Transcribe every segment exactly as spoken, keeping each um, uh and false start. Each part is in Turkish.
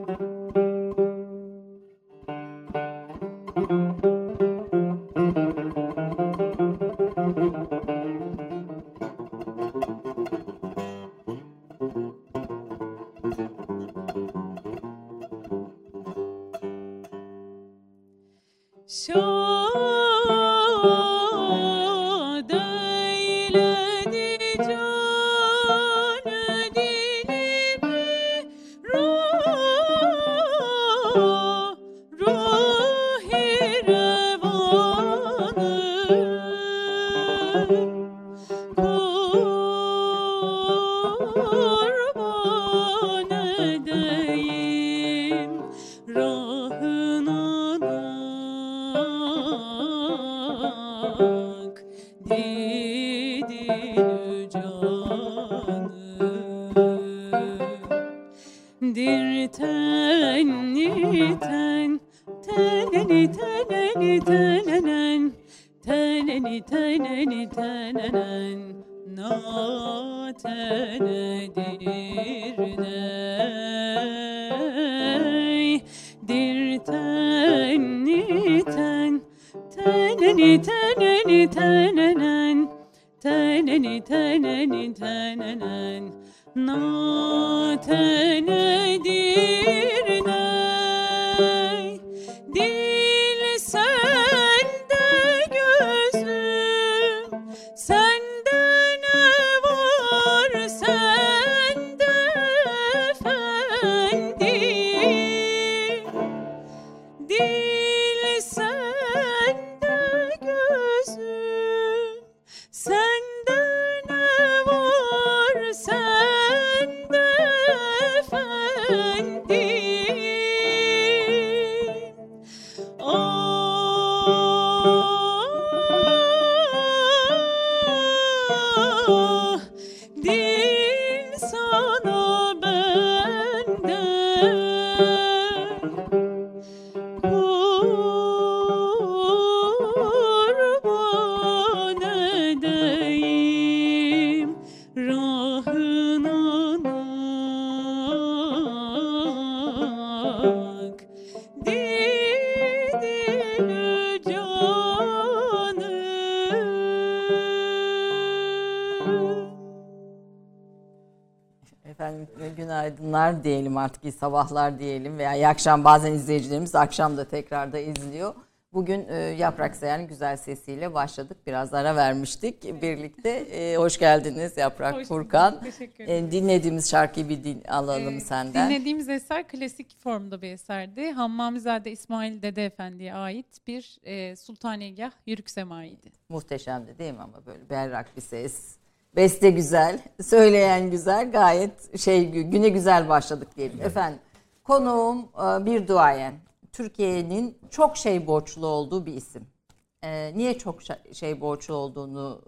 Günaydınlar diyelim artık, iyi sabahlar diyelim veya iyi akşam, bazen izleyicilerimiz akşam da tekrarda izliyor. Bugün e, Yaprak Sayar'ın güzel sesiyle başladık. Biraz ara vermiştik birlikte. E, hoş geldiniz Yaprak, hoş Furkan. Teşekkür ederim. E, dinlediğimiz şarkıyı bir din, alalım ee, senden. Dinlediğimiz eser klasik formda bir eserdi. Hammamizade İsmail Dede Efendi'ye ait bir e, Sultanegah Yörük Semai'ydi. Muhteşemdi değil mi ama böyle berrak bir ses. Beste güzel, söyleyen güzel, gayet şey güne güzel başladık diyelim. Evet. Efendim, konuğum bir duayen. Türkiye'nin çok şey borçlu olduğu bir isim. Ee, niye çok şey borçlu olduğunu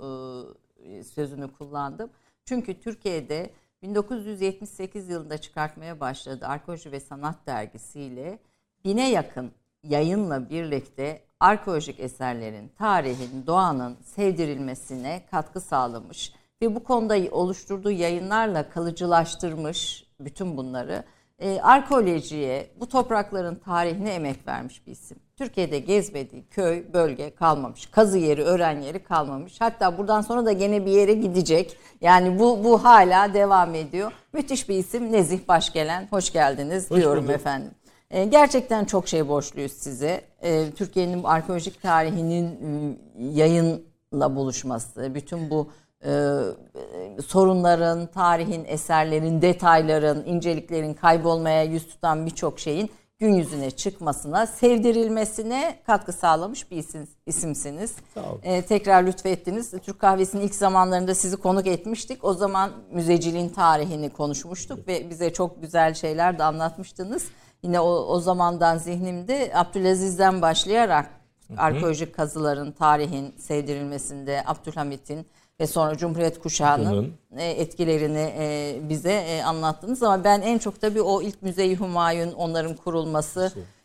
e, sözünü kullandım. Çünkü Türkiye'de bin dokuz yüz yetmiş sekiz yılında çıkartmaya başladığı Arkeoloji ve Sanat dergisiyle bine yakın yayınla birlikte arkeolojik eserlerin, tarihin, doğanın sevdirilmesine katkı sağlamış ve bu konuda oluşturduğu yayınlarla kalıcılaştırmış bütün bunları. E, arkeolojiye, bu toprakların tarihine emek vermiş bir isim. Türkiye'de gezmediği köy, bölge kalmamış. Kazı yeri, öğren yeri kalmamış. Hatta buradan sonra da gene bir yere gidecek. Yani bu bu hala devam ediyor. Müthiş bir isim Nezih Başgelen. Hoş geldiniz Hoş diyorum bulduk. Efendim. E, gerçekten çok şey borçluyuz size. E, Türkiye'nin arkeolojik tarihinin e, yayınla buluşması, bütün bu Ee, sorunların, tarihin, eserlerin, detayların, inceliklerin kaybolmaya yüz tutan birçok şeyin gün yüzüne çıkmasına, sevdirilmesine katkı sağlamış bir isim, isimsiniz. Sağ olun. Ee, tekrar lütfettiniz. Türk Kahvesi'nin ilk zamanlarında sizi konuk etmiştik. O zaman müzeciliğin tarihini konuşmuştuk evet. Ve bize çok güzel şeyler de anlatmıştınız. Yine o, o zamandan zihnimde Abdülaziz'den başlayarak hı hı. arkeolojik kazıların, tarihin sevdirilmesinde Abdülhamit'in ve sonra Cumhuriyet kuşağının Bunun. etkilerini bize anlattınız. Ama ben en çok tabii o ilk Müze-i Hümayun, onların kurulması,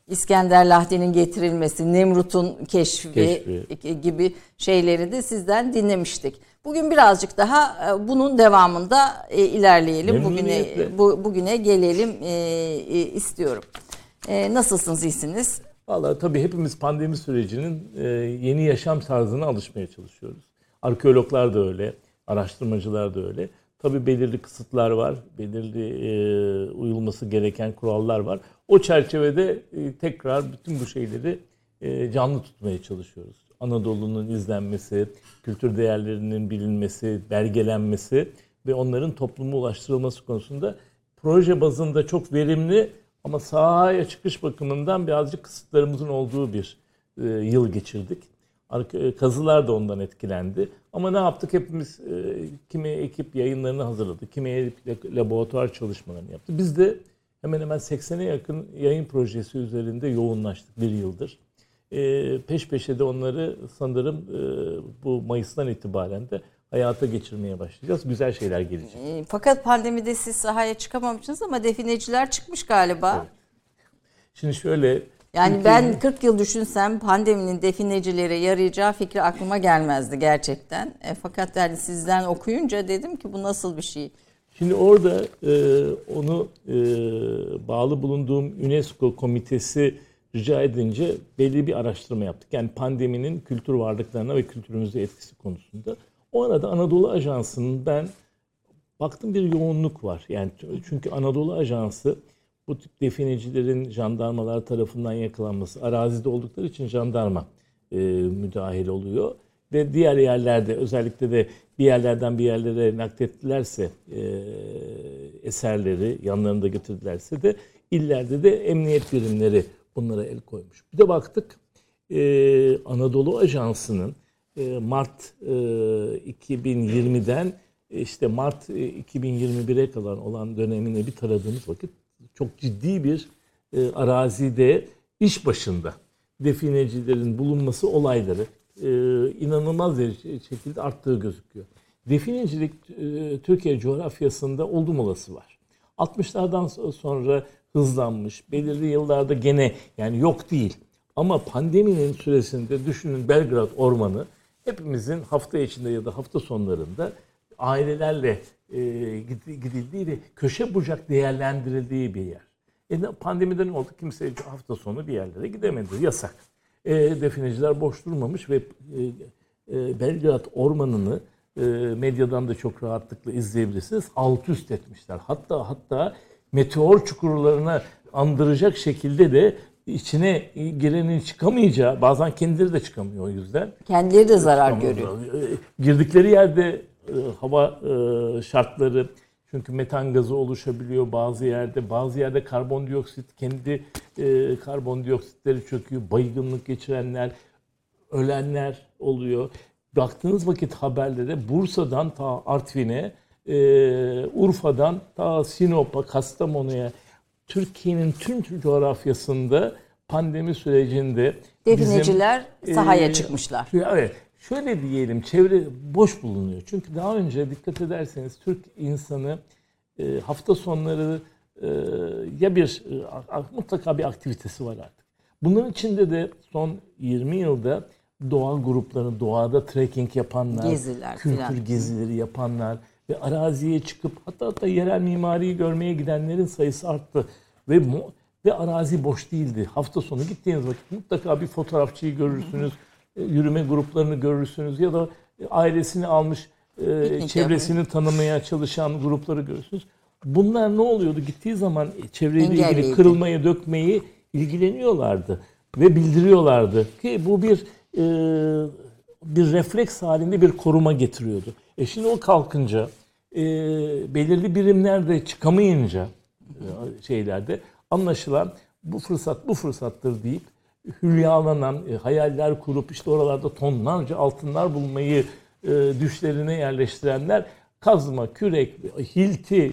İskender Lahdi'nin getirilmesi, Nemrut'un keşfi, keşfi gibi şeyleri de sizden dinlemiştik. Bugün birazcık daha bunun devamında ilerleyelim. Bugüne bu, bugüne gelelim istiyorum. Nasılsınız, iyisiniz? Vallahi tabii hepimiz pandemi sürecinin yeni yaşam tarzına alışmaya çalışıyoruz. Arkeologlar da öyle, araştırmacılar da öyle. Tabii belirli kısıtlar var, belirli e, uyulması gereken kurallar var. O çerçevede e, tekrar bütün bu şeyleri e, canlı tutmaya çalışıyoruz. Anadolu'nun izlenmesi, kültür değerlerinin bilinmesi, belgelenmesi ve onların topluma ulaştırılması konusunda proje bazında çok verimli ama sahaya çıkış bakımından birazcık kısıtlarımızın olduğu bir e, yıl geçirdik. Kazılar da ondan etkilendi. Ama ne yaptık? Hepimiz e, kimi ekip yayınlarını hazırladı, kimi ekip laboratuvar çalışmalarını yaptı. Biz de hemen hemen seksene yakın yayın projesi üzerinde yoğunlaştık bir yıldır. E, peş peşe de onları sanırım e, bu Mayıs'tan itibaren de hayata geçirmeye başlayacağız. Güzel şeyler gelecek. E, fakat pandemide siz sahaya çıkamamışsınız ama defineciler çıkmış galiba. Evet. Şimdi şöyle... Yani Türkiye'nin... ben kırk yıl düşünsem pandeminin definecilere yarayacağı fikri aklıma gelmezdi gerçekten. E, fakat yani sizden okuyunca dedim ki bu nasıl bir şey? Şimdi orada e, onu e, bağlı bulunduğum UNESCO komitesi rica edince belli bir araştırma yaptık. Yani pandeminin kültür varlıklarına ve kültürümüze etkisi konusunda. O arada Anadolu Ajansı'nın ben baktım bir yoğunluk var. Yani çünkü Anadolu Ajansı bu tip definecilerin jandarmalar tarafından yakalanması, arazide oldukları için jandarma e, müdahil oluyor. Ve diğer yerlerde, özellikle de bir yerlerden bir yerlere naklettilerse e, eserleri, yanlarında getirdilerse de illerde de emniyet birimleri bunlara el koymuş. Bir de baktık e, Anadolu Ajansı'nın e, Mart e, iki bin yirmiden işte Mart e, iki bin yirmi bire kadar olan dönemini bir taradığımız vakit çok ciddi bir e, arazide iş başında definecilerin bulunması olayları e, inanılmaz bir şekilde arttığı gözüküyor. Definecilik e, Türkiye coğrafyasında oldum olası var. altmışlardan sonra hızlanmış, belirli yıllarda gene yani yok değil. Ama pandeminin süresinde düşünün Belgrad Ormanı hepimizin hafta içinde ya da hafta sonlarında ailelerle e, gidildiği ve köşe bucak değerlendirildiği bir yer. E, pandemiden oldu? Kimse hafta sonu bir yerlere gidemedi. Yasak. E, defineciler boş durmamış ve e, e, Belgrad Ormanı'nı e, medyadan da çok rahatlıkla izleyebilirsiniz. Alt üst etmişler. Hatta hatta meteor çukurlarına andıracak şekilde de içine girenin çıkamayacağı, bazen kendileri de çıkamıyor o yüzden. Kendileri de zarar görüyor. Girdikleri yerde hava şartları, çünkü metan gazı oluşabiliyor bazı yerde. Bazı yerde karbondioksit, kendi karbondioksitleri çöküyor. Baygınlık geçirenler, ölenler oluyor. Baktığınız vakit haberlere Bursa'dan ta Artvin'e, Urfa'dan ta Sinop'a, Kastamonu'ya, Türkiye'nin tüm coğrafyasında pandemi sürecinde defineciler bizim, sahaya e, çıkmışlar. Evet. Şöyle diyelim, çevre boş bulunuyor. Çünkü daha önce dikkat ederseniz Türk insanı e, hafta sonları e, ya bir e, mutlaka bir aktivitesi var artık. Bunların içinde de son yirmi yılda doğa grupları, doğada trekking yapanlar, geziler, kültür falan. gezileri yapanlar ve araziye çıkıp hatta hatta yerel mimariyi görmeye gidenlerin sayısı arttı. Ve ve arazi boş değildi. Hafta sonu gittiğiniz vakit mutlaka bir fotoğrafçıyı görürsünüz, hı hı. yürüme gruplarını görürsünüz ya da ailesini almış, e, çevresini yapın. tanımaya çalışan grupları görürsünüz. Bunlar ne oluyordu? Gittiği zaman çevreyle ilgili kırılmayı, dökmeyi ilgileniyorlardı ve bildiriyorlardı ki bu bir e, bir refleks halinde bir koruma getiriyordu. E şimdi o kalkınca e, belirli birimlerde çıkamayınca e, şeylerde anlaşılan bu fırsat bu fırsattır deyip hülyalanan, e, hayaller kurup işte oralarda tonlarca altınlar bulmayı e, düşlerine yerleştirenler kazma, kürek, hilti,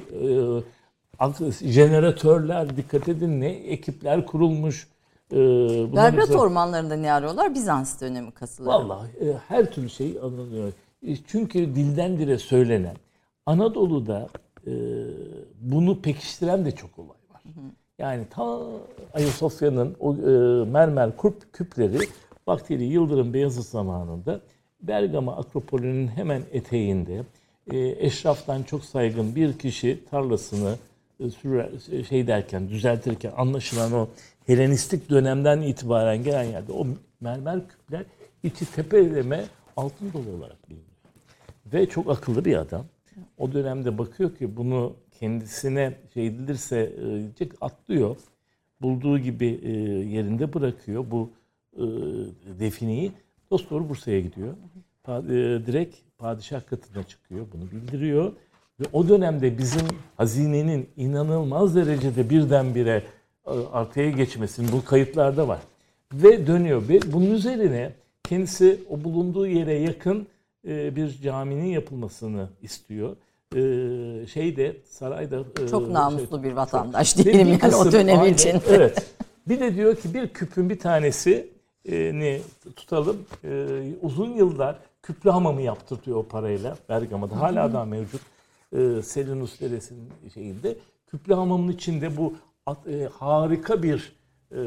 e, jeneratörler, dikkat edin ne ekipler kurulmuş. E, Belgrad ormanlarında ne arıyorlar? Bizans dönemi kazıları. Vallahi e, her türlü şey anılıyor. E, çünkü dilden dile söylenen Anadolu'da e, bunu pekiştiren de çok olay var. Hı hı. Yani ta Ayasofya'nın o e, mermer küp, küpleri vaktiydi Yıldırım Beyazıt zamanında Bergama Akropolü'nün hemen eteğinde e, eşraftan çok saygın bir kişi tarlasını e, sürer, şey derken düzeltirken anlaşılan o Helenistik dönemden itibaren gelen yerde o mermer küpler içi tepeleme altın dolu olarak biliniyor. Ve çok akıllı bir adam. O dönemde bakıyor ki bunu kendisine şey edilirse e, atlıyor. Bulduğu gibi e, yerinde bırakıyor bu e, defineyi. Dosdoğru Bursa'ya gidiyor. Pa, e, direkt padişah katına çıkıyor. Bunu bildiriyor. Ve o dönemde bizim hazinenin inanılmaz derecede birdenbire e, arkaya geçmesinin bu kayıtlarda var. Ve dönüyor. Ve bunun üzerine kendisi o bulunduğu yere yakın e, bir caminin yapılmasını istiyor. Ee, şeyde sarayda çok e, namuslu şey, bir vatandaş çok, diyelim yani kısım, o dönem aynen, için. Evet. Bir de diyor ki bir küpün bir tanesi e, ne tutalım e, uzun yıllar küplü hamamı yaptırtıyor o parayla Bergama'da. Hala daha mevcut. E, Selinus Deresi'nin şeyinde. Küplü hamamın içinde bu at, e, harika bir e,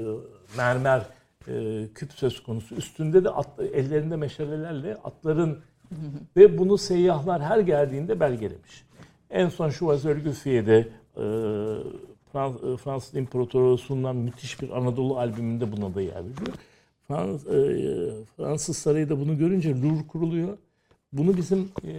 mermer e, küp söz konusu. Üstünde de at, ellerinde meşalelerle atların ve bunu seyyahlar her geldiğinde belgelemiş. En son şu Vazörgüfiye'de e, Frans, Fransız İmparatorluğu sunulan müthiş bir Anadolu albümünde buna da yer veriyor. Frans, e, Fransız Sarayı da bunu görünce Louvre kuruluyor. Bunu bizim e,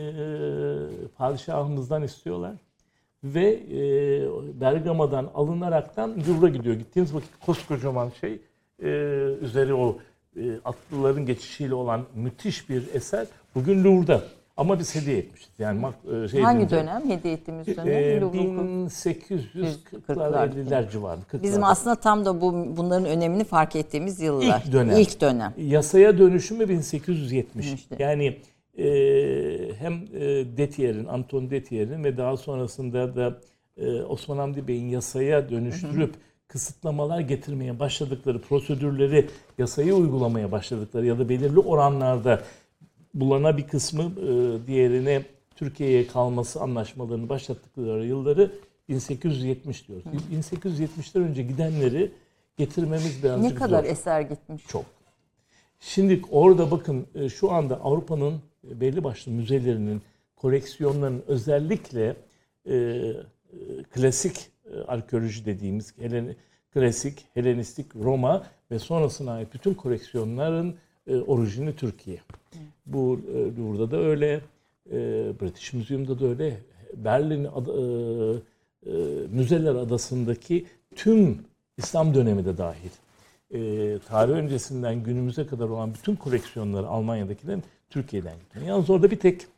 padişahımızdan istiyorlar. Ve e, Bergama'dan alınaraktan Louvre'a gidiyor. Gittiğiniz vakit koskocaman şey e, üzeri o e, atlıların geçişiyle olan müthiş bir eser bugün Louvre'da. Ama biz hediye etmişiz. Yani şey hangi deyince, dönem hediye ettiğimiz dönem? E, bin sekiz yüz kırklar elliler civarı. Bizim aslında tam da bu bunların önemini fark ettiğimiz yıllar. İlk dönem. İlk dönem. Yasaya dönüşümü bin sekiz yüz yetmiş. İşte. Yani e, hem e, Detier'in, Anton Detier'in ve daha sonrasında da e, Osman Hamdi Bey'in yasaya dönüştürüp hı hı. kısıtlamalar getirmeye başladıkları, prosedürleri yasayı uygulamaya başladıkları ya da belirli oranlarda bulana bir kısmı e, diğerine Türkiye'ye kalması anlaşmalarını başlattıkları yılları bin sekiz yüz yetmiş diyoruz. Hı. bin sekiz yüz yetmişten önce gidenleri getirmemiz birazcık zor. Ne kadar zor. Eser gitmiş? Çok. Şimdi orada bakın şu anda Avrupa'nın belli başlı müzelerinin, koleksiyonlarının özellikle e, e, klasik e, arkeoloji dediğimiz Helen, klasik, Helenistik, Roma ve sonrasına ait bütün koleksiyonların e, orijini Türkiye. Hı. Bu e, burada da öyle, e, British Museum'da da öyle, Berlin ad, e, e, Müzeler Adası'ndaki tüm İslam dönemi de dahil. E, tarih öncesinden günümüze kadar olan bütün koleksiyonları Almanya'dakilerin Türkiye'den gidiyor. Yalnız orada bir tek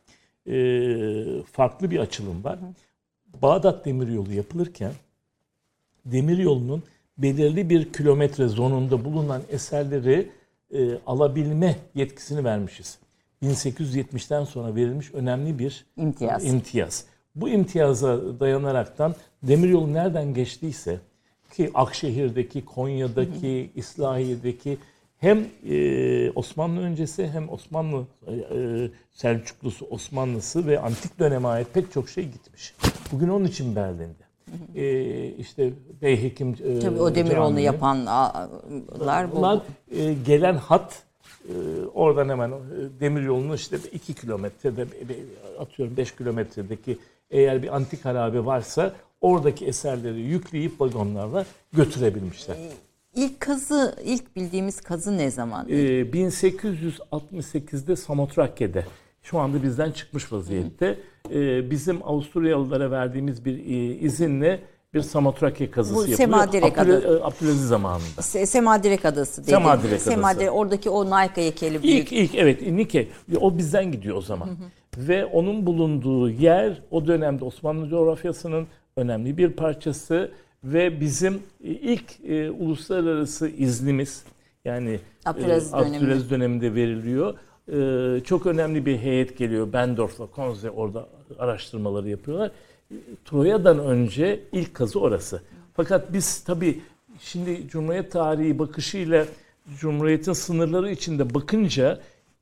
e, farklı bir açılım var. Bağdat Demiryolu yapılırken demiryolunun belirli bir kilometre zonunda bulunan eserleri e, alabilme yetkisini vermişiz. bin sekiz yüz yetmişten sonra verilmiş önemli bir imtiyaz. imtiyaz. Bu imtiyaza dayanaraktan demiryolu nereden geçtiyse ki Akşehir'deki, Konya'daki, hı hı. İslahiye'deki hem e, Osmanlı öncesi hem Osmanlı e, Selçuklusu, Osmanlısı ve antik döneme ait pek çok şey gitmiş. Bugün onun için Berlin'de. Hı hı. E, işte Beyhekim e, Tabii o demiryolunu yapanlar bu. Bunlar e, gelen hat e, oradan hemen e, demiryolunu işte iki kilometrede atıyorum beş kilometredeki eğer bir antik harabe varsa oradaki eserleri yükleyip vagonlarla götürebilmişler. İlk kazı, ilk bildiğimiz kazı ne zaman? Ee, bin sekiz yüz altmış sekizde Samotrakya'da. Şu anda bizden çıkmış vaziyette. Ee, bizim Avusturyalılara verdiğimiz bir e, izinle bir Samotrakya kazısı Bu yapılıyor. Semadirek Abdülaziz, Adası. Abdülaziz zamanında. Se- Semadirek Adası dedi. Semadirek Adası. Semadirek, oradaki o Nayka heykeli büyük. İlk, ilk evet Nike. O bizden gidiyor o zaman. Hı hı. Ve onun bulunduğu yer o dönemde Osmanlı coğrafyasının önemli bir parçası ve bizim ilk e, uluslararası iznimiz yani Abdülaziz, e, Abdülaziz döneminde veriliyor. E, çok önemli bir heyet geliyor. Bendorf'la Konze orada araştırmaları yapıyorlar. E, Troya'dan önce ilk kazı orası. Fakat biz tabii şimdi Cumhuriyet tarihi bakışıyla Cumhuriyet'in sınırları içinde bakınca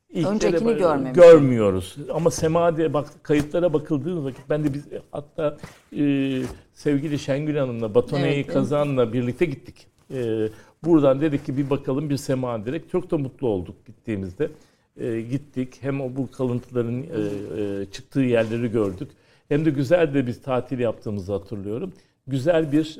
Öncekini görmemiş. Görmüyoruz. Ama Semade'ye bak, kayıtlara bakıldığı vakit ben de biz hatta e, sevgili Şengül Hanım'la Batoneyi evet, Kazan'la birlikte gittik. E, buradan dedik ki bir bakalım bir Semade. Çok da mutlu olduk gittiğimizde. E, gittik. Hem o bu kalıntıların e, e, çıktığı yerleri gördük. Hem de güzel de bir tatil yaptığımızı hatırlıyorum. Güzel bir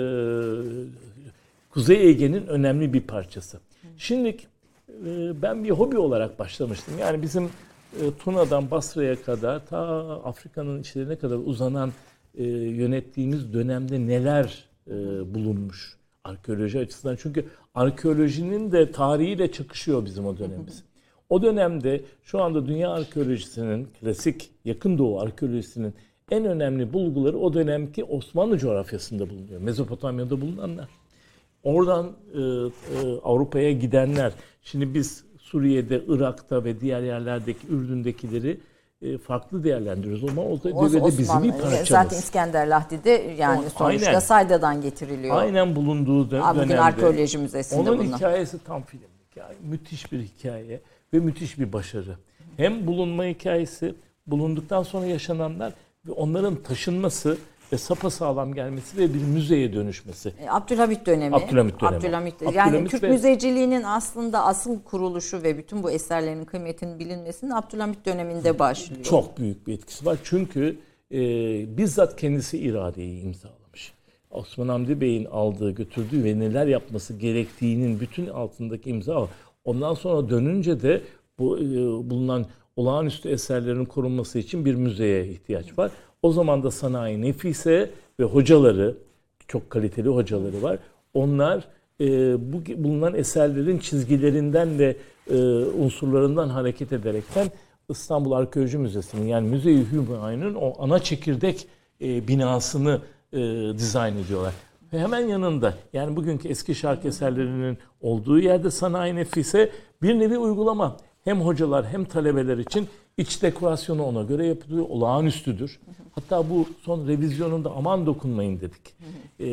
e, Kuzey Ege'nin önemli bir parçası. Şimdi ben bir hobi olarak başlamıştım. Yani bizim Tuna'dan Basra'ya kadar ta Afrika'nın içlerine kadar uzanan yönettiğimiz dönemde neler bulunmuş arkeoloji açısından. Çünkü arkeolojinin de tarihiyle çakışıyor bizim o dönemimiz. O dönemde şu anda dünya arkeolojisinin, klasik yakın doğu arkeolojisinin en önemli bulguları o dönemki Osmanlı coğrafyasında bulunuyor. Mezopotamya'da bulunanlar. Oradan e, e, Avrupa'ya gidenler. Şimdi biz Suriye'de, Irak'ta ve diğer yerlerdeki Ürdün'dekileri e, farklı değerlendiriyoruz. Ama o da devede bizim bir parçamız. Zaten İskender Lahdi'de yani o, sonuçta aynen, Sayda'dan getiriliyor. Aynen bulunduğu dönemde. Abi bugün arkeoloji müzesinde onun bunlar. hikayesi tam filmlik. Yani müthiş bir hikaye ve müthiş bir başarı. Hem bulunma hikayesi, bulunduktan sonra yaşananlar ve onların taşınması ve sapasağlam gelmesi ve bir müzeye dönüşmesi. Abdülhamit dönemi. Abdülhamit dönemi. Abdülhamit, yani Abdülhamit Türk ve... müzeciliğinin aslında asıl kuruluşu ve bütün bu eserlerin kıymetinin bilinmesinin Abdülhamit döneminde başlıyor. Çok büyük bir etkisi var. Çünkü e, bizzat kendisi iradeyi imzalamış. Osman Hamdi Bey'in aldığı, götürdüğü ve neler yapması gerektiğinin bütün altındaki imza var. Ondan sonra dönünce de bu e, bulunan olağanüstü eserlerin korunması için bir müzeye ihtiyaç var. O zaman da Sanayi Nefise ve hocaları, çok kaliteli hocaları var. Onlar e, bu bulunan eserlerin çizgilerinden ve e, unsurlarından hareket ederekten İstanbul Arkeoloji Müzesi'nin, yani Müze-i Hümayun'un o ana çekirdek e, binasını e, dizayn ediyorlar. Ve hemen yanında, yani bugünkü eski şark eserlerinin olduğu yerde Sanayi Nefise bir nevi uygulama. Hem hocalar hem talebeler için iç dekorasyonu ona göre yapılıyor. Olağanüstüdür. Hatta bu son revizyonunda aman dokunmayın dedik. Ee,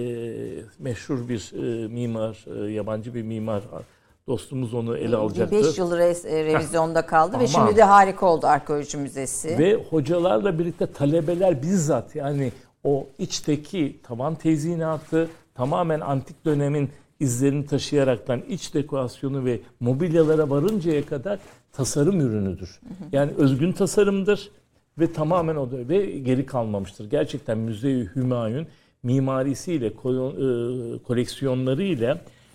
meşhur bir e, mimar, e, yabancı bir mimar dostumuz onu ele alacaktı. beş yıl re- revizyonda kaldı ve şimdi de harika oldu Arkeoloji Müzesi. Ve hocalarla birlikte talebeler bizzat, yani o içteki tavan tezyinatı tamamen antik dönemin izlerini taşıyaraktan iç dekorasyonu ve mobilyalara varıncaya kadar tasarım ürünüdür. Yani özgün tasarımdır ve tamamen o da ve geri kalmamıştır. Gerçekten Müze-i Hümayun mimarisiyle, koleksiyonlarıyla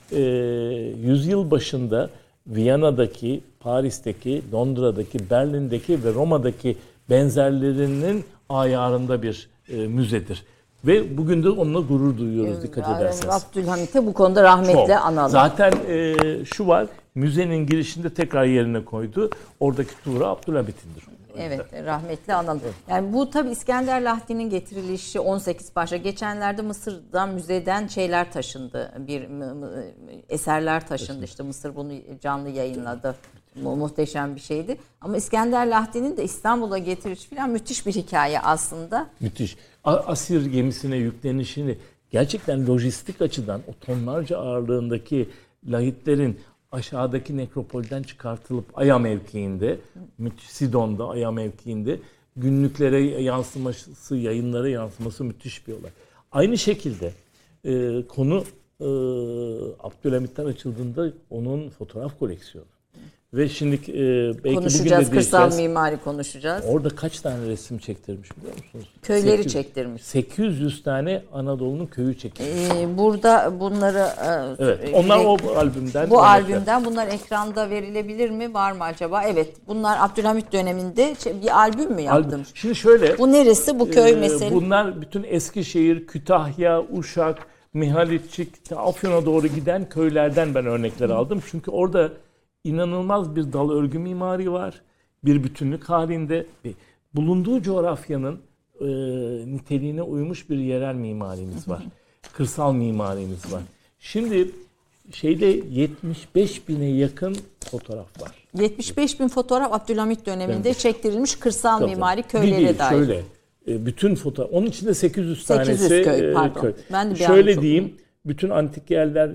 yüzyıl başında Viyana'daki, Paris'teki, Londra'daki, Berlin'deki ve Roma'daki benzerlerinin ayarında bir müzedir. Ve bugün de onunla gurur duyuyoruz, dikkat yani ederseniz. Abdülhamit'e bu konuda rahmetle Çok. analım. Zaten e, şu var, müzenin girişinde tekrar yerine koydu. Oradaki tuğra Abdülhamit'indir. Evet, rahmetli analım. Evet. Yani bu tabii İskender Lahdi'nin getirilişi on sekiz başta. Geçenlerde Mısır'dan müzeden şeyler taşındı. Bir eserler taşındı. İşte Mısır bunu canlı yayınladı. Mu- muhteşem bir şeydi. Ama İskender Lahdi'nin de İstanbul'a getirişi falan müthiş bir hikaye aslında. Müthiş. Asir gemisine yüklenişini gerçekten lojistik açıdan o tonlarca ağırlığındaki lahitlerin aşağıdaki nekropolden çıkartılıp Aya mevkiinde, Sidon'da Aya mevkiinde günlüklere yansıması, yayınlara yansıması müthiş bir olay. Aynı şekilde e, konu e, Abdülhamit'ten açıldığında onun fotoğraf koleksiyonu. Ve şimdi e, belki konuşacağız, kırsal mimari konuşacağız. Orada kaç tane resim çektirmiş biliyor musunuz? Köyleri sekiz yüz, çektirmiş. sekiz yüz tane Anadolu'nun köyü çektirmiş. Ee, burada bunları e, evet, onlar o albümden. Bu albümden bunlar ekranda verilebilir mi? Var mı acaba? Evet. Bunlar Abdülhamit döneminde bir albüm mü yaptım? Albüm. Şimdi şöyle. Bu neresi? Bu köy e, mesela. Bunlar bütün Eskişehir, Kütahya, Uşak, Mihalitçik, Afyon'a doğru giden köylerden ben örnekler aldım. Çünkü orada İnanılmaz bir dal örgü mimari var. Bir bütünlük halinde. Bulunduğu coğrafyanın e, niteliğine uymuş bir yerel mimarimiz var. Kırsal mimarimiz var. Şimdi şeyde yetmiş beş bine yakın fotoğraf var. yetmiş beş bin fotoğraf Abdülhamit döneminde evet. çektirilmiş kırsal tabii, mimari köylere değil, dair. Şöyle, bütün fotoğraf. Onun içinde sekiz yüz, sekiz yüz tanesi köy, pardon. köy. Ben de bir şöyle diyeyim. bütün antik yerler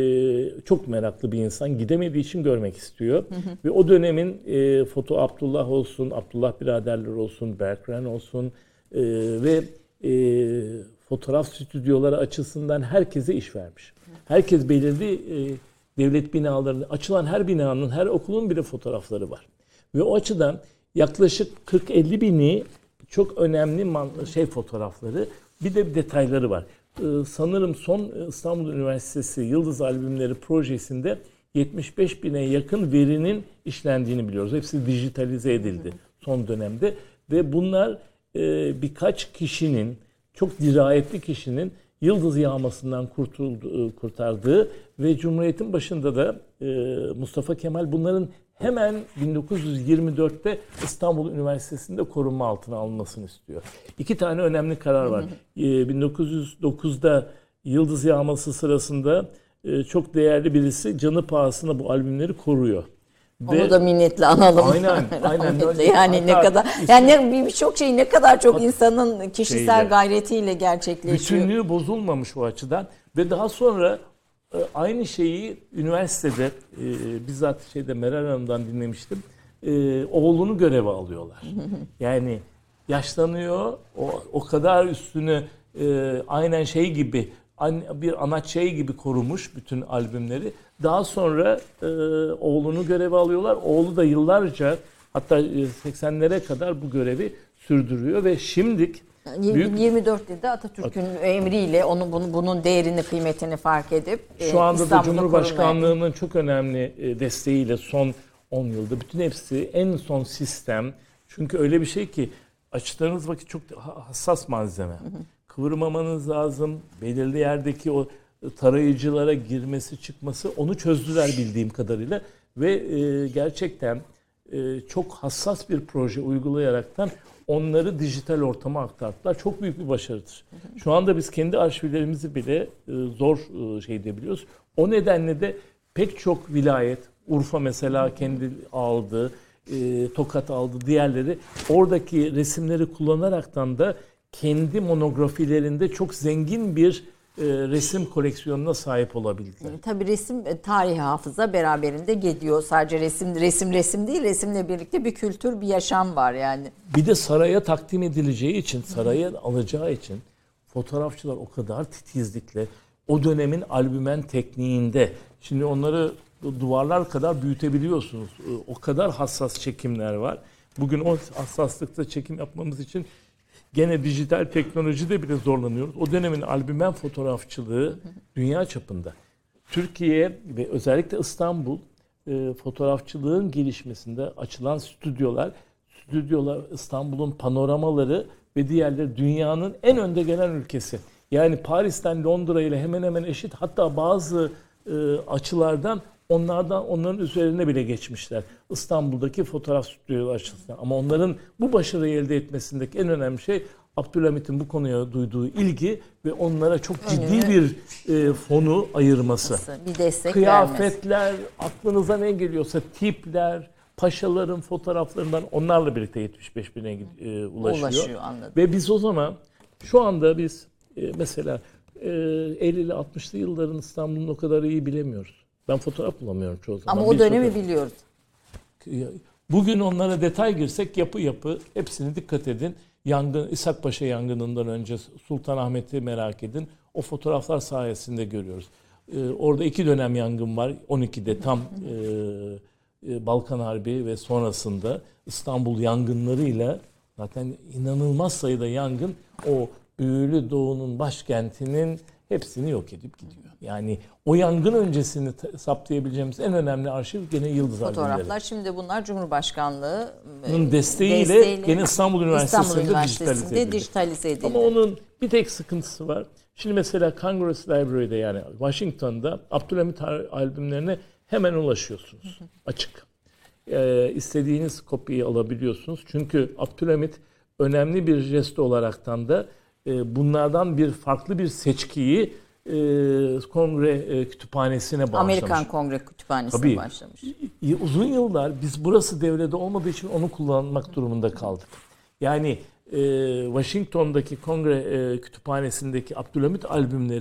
e, çok meraklı bir insan. Gidemediği için görmek istiyor. Hı hı. Ve o dönemin e, Foto Abdullah olsun, Abdullah biraderler olsun, Berkran olsun e, ve e, fotoğraf stüdyoları açısından herkese iş vermiş. Herkes belirli e, devlet binalarında, açılan her binanın, her okulun bile fotoğrafları var. Ve o açıdan yaklaşık kırk elli bini çok önemli man- şey fotoğrafları, bir de detayları var. Ee, sanırım son İstanbul Üniversitesi Yıldız Albümleri projesinde yetmiş beş bine yakın verinin işlendiğini biliyoruz. Hepsi dijitalize edildi son dönemde ve bunlar e, birkaç kişinin, çok dirayetli kişinin yıldız yağmasından kurtuldu, kurtardığı ve Cumhuriyet'in başında da e, Mustafa Kemal bunların hemen bin dokuz yüz yirmi dörtte İstanbul Üniversitesi'nde korunma altına alınmasını istiyor. İki tane önemli karar var. E, bin dokuz yüz dokuzda yıldız yağması sırasında e, çok değerli birisi canı pahasına bu albümleri koruyor. Onu Ve, da minnetle analım. Aynen, aynen. Yani hatta ne kadar, yani birçok şey ne kadar çok insanın kişisel şeyle, gayretiyle gerçekleşiyor. Bütünlüğü bozulmamış o açıdan ve daha sonra aynı şeyi üniversitede e, bizzat şeyde Meral Hanım'dan dinlemiştim. E, oğlunu göreve alıyorlar. Yani yaşlanıyor, o, o kadar üstünü e, aynen şey gibi, bir anaç şey gibi korumuş bütün albümleri. Daha sonra e, oğlunu göreve alıyorlar. Oğlu da yıllarca, hatta seksenlere kadar bu görevi sürdürüyor ve şimdik büyük, yirmi dört yılda Atatürk'ün emriyle onun bunu, bunun değerini, kıymetini fark edip şu anda İstanbul'da da Cumhurbaşkanlığının korumaya. Çok önemli desteğiyle son on yılda bütün hepsi en son sistem. Çünkü öyle bir şey ki açtığınız vakit çok hassas malzeme. Hı hı. Kıvırmamanız lazım. Belirli yerdeki o tarayıcılara girmesi çıkması, onu çözdüler bildiğim kadarıyla ve e, gerçekten e, çok hassas bir proje uygulayaraktan onları dijital ortama aktardılar. Çok büyük bir başarıdır. Şu anda biz kendi arşivlerimizi bile e, zor e, şey diyebiliyoruz. O nedenle de pek çok vilayet, Urfa mesela kendi aldı, e, Tokat aldı, diğerleri oradaki resimleri kullanaraktan da kendi monografilerinde çok zengin bir e, resim koleksiyonuna sahip olabildiler. E, tabii resim e, tarihi hafıza beraberinde geliyor. Sadece resim resim resim değil, resimle birlikte bir kültür, bir yaşam var yani. Bir de saraya takdim edileceği için, saraya alacağı için fotoğrafçılar o kadar titizlikle o dönemin albümen tekniğinde, şimdi onları duvarlar kadar büyütebiliyorsunuz. O kadar hassas çekimler var. Bugün o hassaslıkta çekim yapmamız için gene dijital teknolojide bile zorlanıyoruz. O dönemin albümen fotoğrafçılığı dünya çapında. Türkiye ve özellikle İstanbul e, fotoğrafçılığın gelişmesinde açılan stüdyolar, stüdyolar İstanbul'un panoramaları ve diğerleri dünyanın en önde gelen ülkesi. Yani Paris'ten Londra ile hemen hemen eşit, hatta bazı e, açılardan onlardan onların üzerine bile geçmişler. İstanbul'daki fotoğraf stüdyoları açısından. Ama onların bu başarıyı elde etmesindeki en önemli şey Abdülhamit'in bu konuya duyduğu ilgi ve onlara çok ciddi Önüne, bir e, fonu ayırması. Bir destek Kıyafetler, vermesi. aklınıza ne geliyorsa tipler, paşaların fotoğraflarından onlarla birlikte yetmiş beş bine e, ulaşıyor. Ulaşıyor, anladım. Ve biz o zaman şu anda biz e, mesela e, elli altmışlı yılların İstanbul'un o kadar iyi bilemiyoruz. Ben fotoğraf bulamıyorum çoğu zaman. Ama o bir dönemi fotoğraf. biliyoruz. Bugün onlara detay girsek yapı yapı hepsini dikkat edin. Yangın, İshakpaşa yangınından önce Sultanahmet'i merak edin. O fotoğraflar sayesinde görüyoruz. Ee, orada iki dönem yangın var. on ikide tam e, e, Balkan Harbi ve sonrasında İstanbul yangınlarıyla zaten inanılmaz sayıda yangın o büyülü doğunun başkentinin hepsini yok edip gidiyor. Yani o yangın öncesini saptayabileceğimiz en önemli arşiv gene Yıldız fotoğraflar. Albümleri. Şimdi bunlar Cumhurbaşkanlığı'nın desteğiyle, desteğiyle gene İstanbul Üniversitesi'nde, İstanbul Üniversitesi'nde dijitalize, dijitalize edildi. Ama onun bir tek sıkıntısı var. Şimdi mesela Congress Library'de, yani Washington'da Abdülhamit albümlerine hemen ulaşıyorsunuz. Hı hı. Açık. Ee, istediğiniz kopyayı alabiliyorsunuz. Çünkü Abdülhamit önemli bir jest olaraktan da e, bunlardan bir farklı bir seçkiyi e, kongre e, kütüphanesine bağışlamış. Amerikan Kongre Kütüphanesi'ne Tabii, başlamış. Uzun yıllar biz burası devrede olmadığı için onu kullanmak durumunda kaldık. Yani e, Washington'daki Kongre e, Kütüphanesi'ndeki Abdülhamit albümleri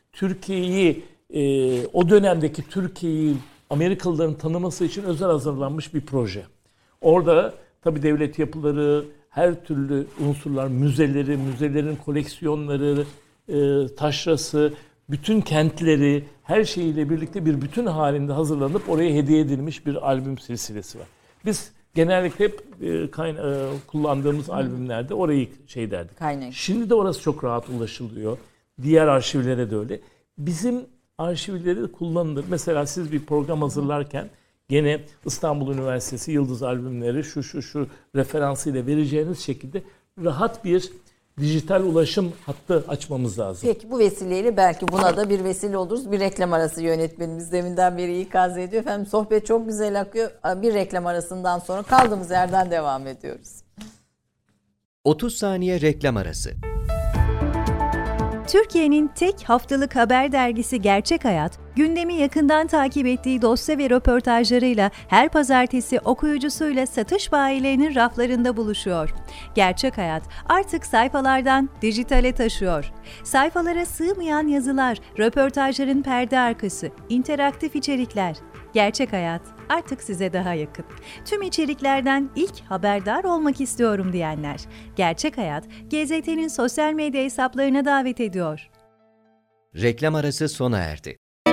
Türkiye'yi, e, o dönemdeki Türkiye'yi Amerikalıların tanıması için özel hazırlanmış bir proje. Orada tabii devlet yapıları, her türlü unsurlar, müzeleri, müzelerin koleksiyonları, e, taşrası, bütün kentleri, her şeyiyle birlikte bir bütün halinde hazırlanıp oraya hediye edilmiş bir albüm silsilesi var. Biz genellikle hep e, kayna- e, kullandığımız Hı. albümlerde orayı şey derdik. Kaynak. Şimdi de orası çok rahat ulaşılıyor. Diğer arşivlere de öyle. Bizim arşivleri de kullanılır. Mesela siz bir program hazırlarken gene İstanbul Üniversitesi Yıldız Albümleri şu şu şu referansıyla vereceğiniz şekilde rahat bir dijital ulaşım hattı açmamız lazım. Peki bu vesileyle belki buna da bir vesile oluruz. Bir reklam arası yönetmenimiz deminden beri ikaz ediyor. Efendim sohbet çok güzel akıyor. Bir reklam arasından sonra kaldığımız yerden devam ediyoruz. otuz saniye reklam arası. Türkiye'nin tek haftalık haber dergisi Gerçek Hayat, gündemi yakından takip ettiği dosya ve röportajlarıyla her pazartesi okuyucusuyla satış bayilerinin raflarında buluşuyor. Gerçek Hayat artık sayfalardan dijitale taşıyor. Sayfalara sığmayan yazılar, röportajların perde arkası, interaktif içerikler. Gerçek Hayat artık size daha yakın. Tüm içeriklerden ilk haberdar olmak istiyorum diyenler. Gerçek Hayat, G Z T'nin sosyal medya hesaplarına davet ediyor. Reklam arası sona erdi.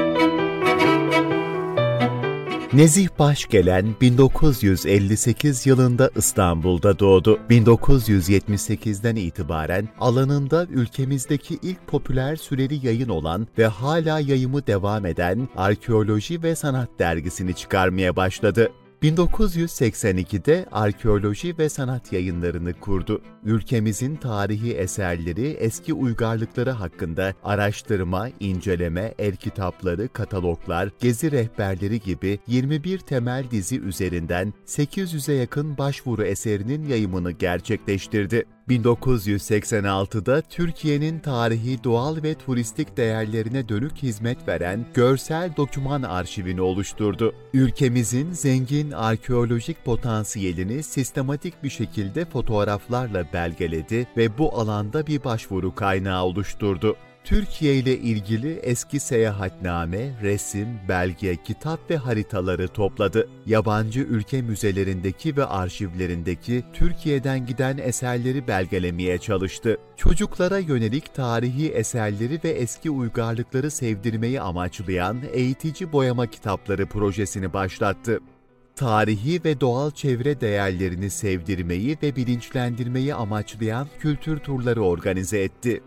Nezih Başgelen bin dokuz yüz elli sekiz yılında İstanbul'da doğdu. bin dokuz yüz yetmiş sekizden itibaren alanında ülkemizdeki ilk popüler süreli yayın olan ve hala yayımı devam eden Arkeoloji ve Sanat dergisini çıkarmaya başladı. bin dokuz yüz seksen ikide Arkeoloji ve Sanat Yayınlarını kurdu. Ülkemizin tarihi eserleri, eski uygarlıkları hakkında araştırma, inceleme, el kitapları, kataloglar, gezi rehberleri gibi yirmi bir temel dizi üzerinden sekiz yüze yakın başvuru eserinin yayımını gerçekleştirdi. bin dokuz yüz seksen altıda Türkiye'nin tarihi, doğal ve turistik değerlerine dönük hizmet veren görsel doküman arşivini oluşturdu. Ülkemizin zengin arkeolojik potansiyelini sistematik bir şekilde fotoğraflarla belgeledi ve bu alanda bir başvuru kaynağı oluşturdu. Türkiye ile ilgili eski seyahatname, resim, belge, kitap ve haritaları topladı. Yabancı ülke müzelerindeki ve arşivlerindeki Türkiye'den giden eserleri belgelemeye çalıştı. Çocuklara yönelik tarihi eserleri ve eski uygarlıkları sevdirmeyi amaçlayan eğitici boyama kitapları projesini başlattı. Tarihi ve doğal çevre değerlerini sevdirmeyi ve bilinçlendirmeyi amaçlayan kültür turları organize etti.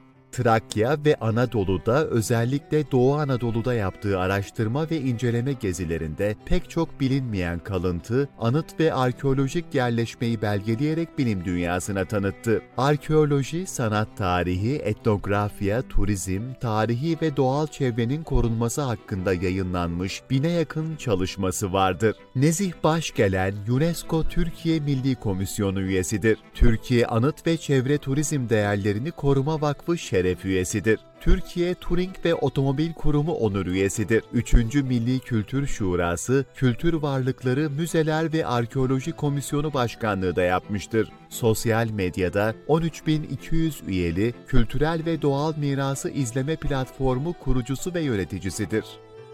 Trakya ve Anadolu'da, özellikle Doğu Anadolu'da yaptığı araştırma ve inceleme gezilerinde pek çok bilinmeyen kalıntı, anıt ve arkeolojik yerleşmeyi belgeleyerek bilim dünyasına tanıttı. Arkeoloji, sanat tarihi, etnografya, turizm, tarihi ve doğal çevrenin korunması hakkında yayınlanmış bine yakın çalışması vardır. Nezih Başgelen, UNESCO Türkiye Milli Komisyonu üyesidir. Türkiye Anıt ve Çevre Turizm Değerlerini Koruma Vakfı Şeref üyesidir. Türkiye Turing ve Otomobil Kurumu onur üyesidir. üçüncü Milli Kültür Şurası, Kültür Varlıkları, Müzeler ve Arkeoloji Komisyonu Başkanlığı da yapmıştır. Sosyal medyada on üç bin iki yüz üyeli kültürel ve doğal mirası izleme platformu kurucusu ve yöneticisidir.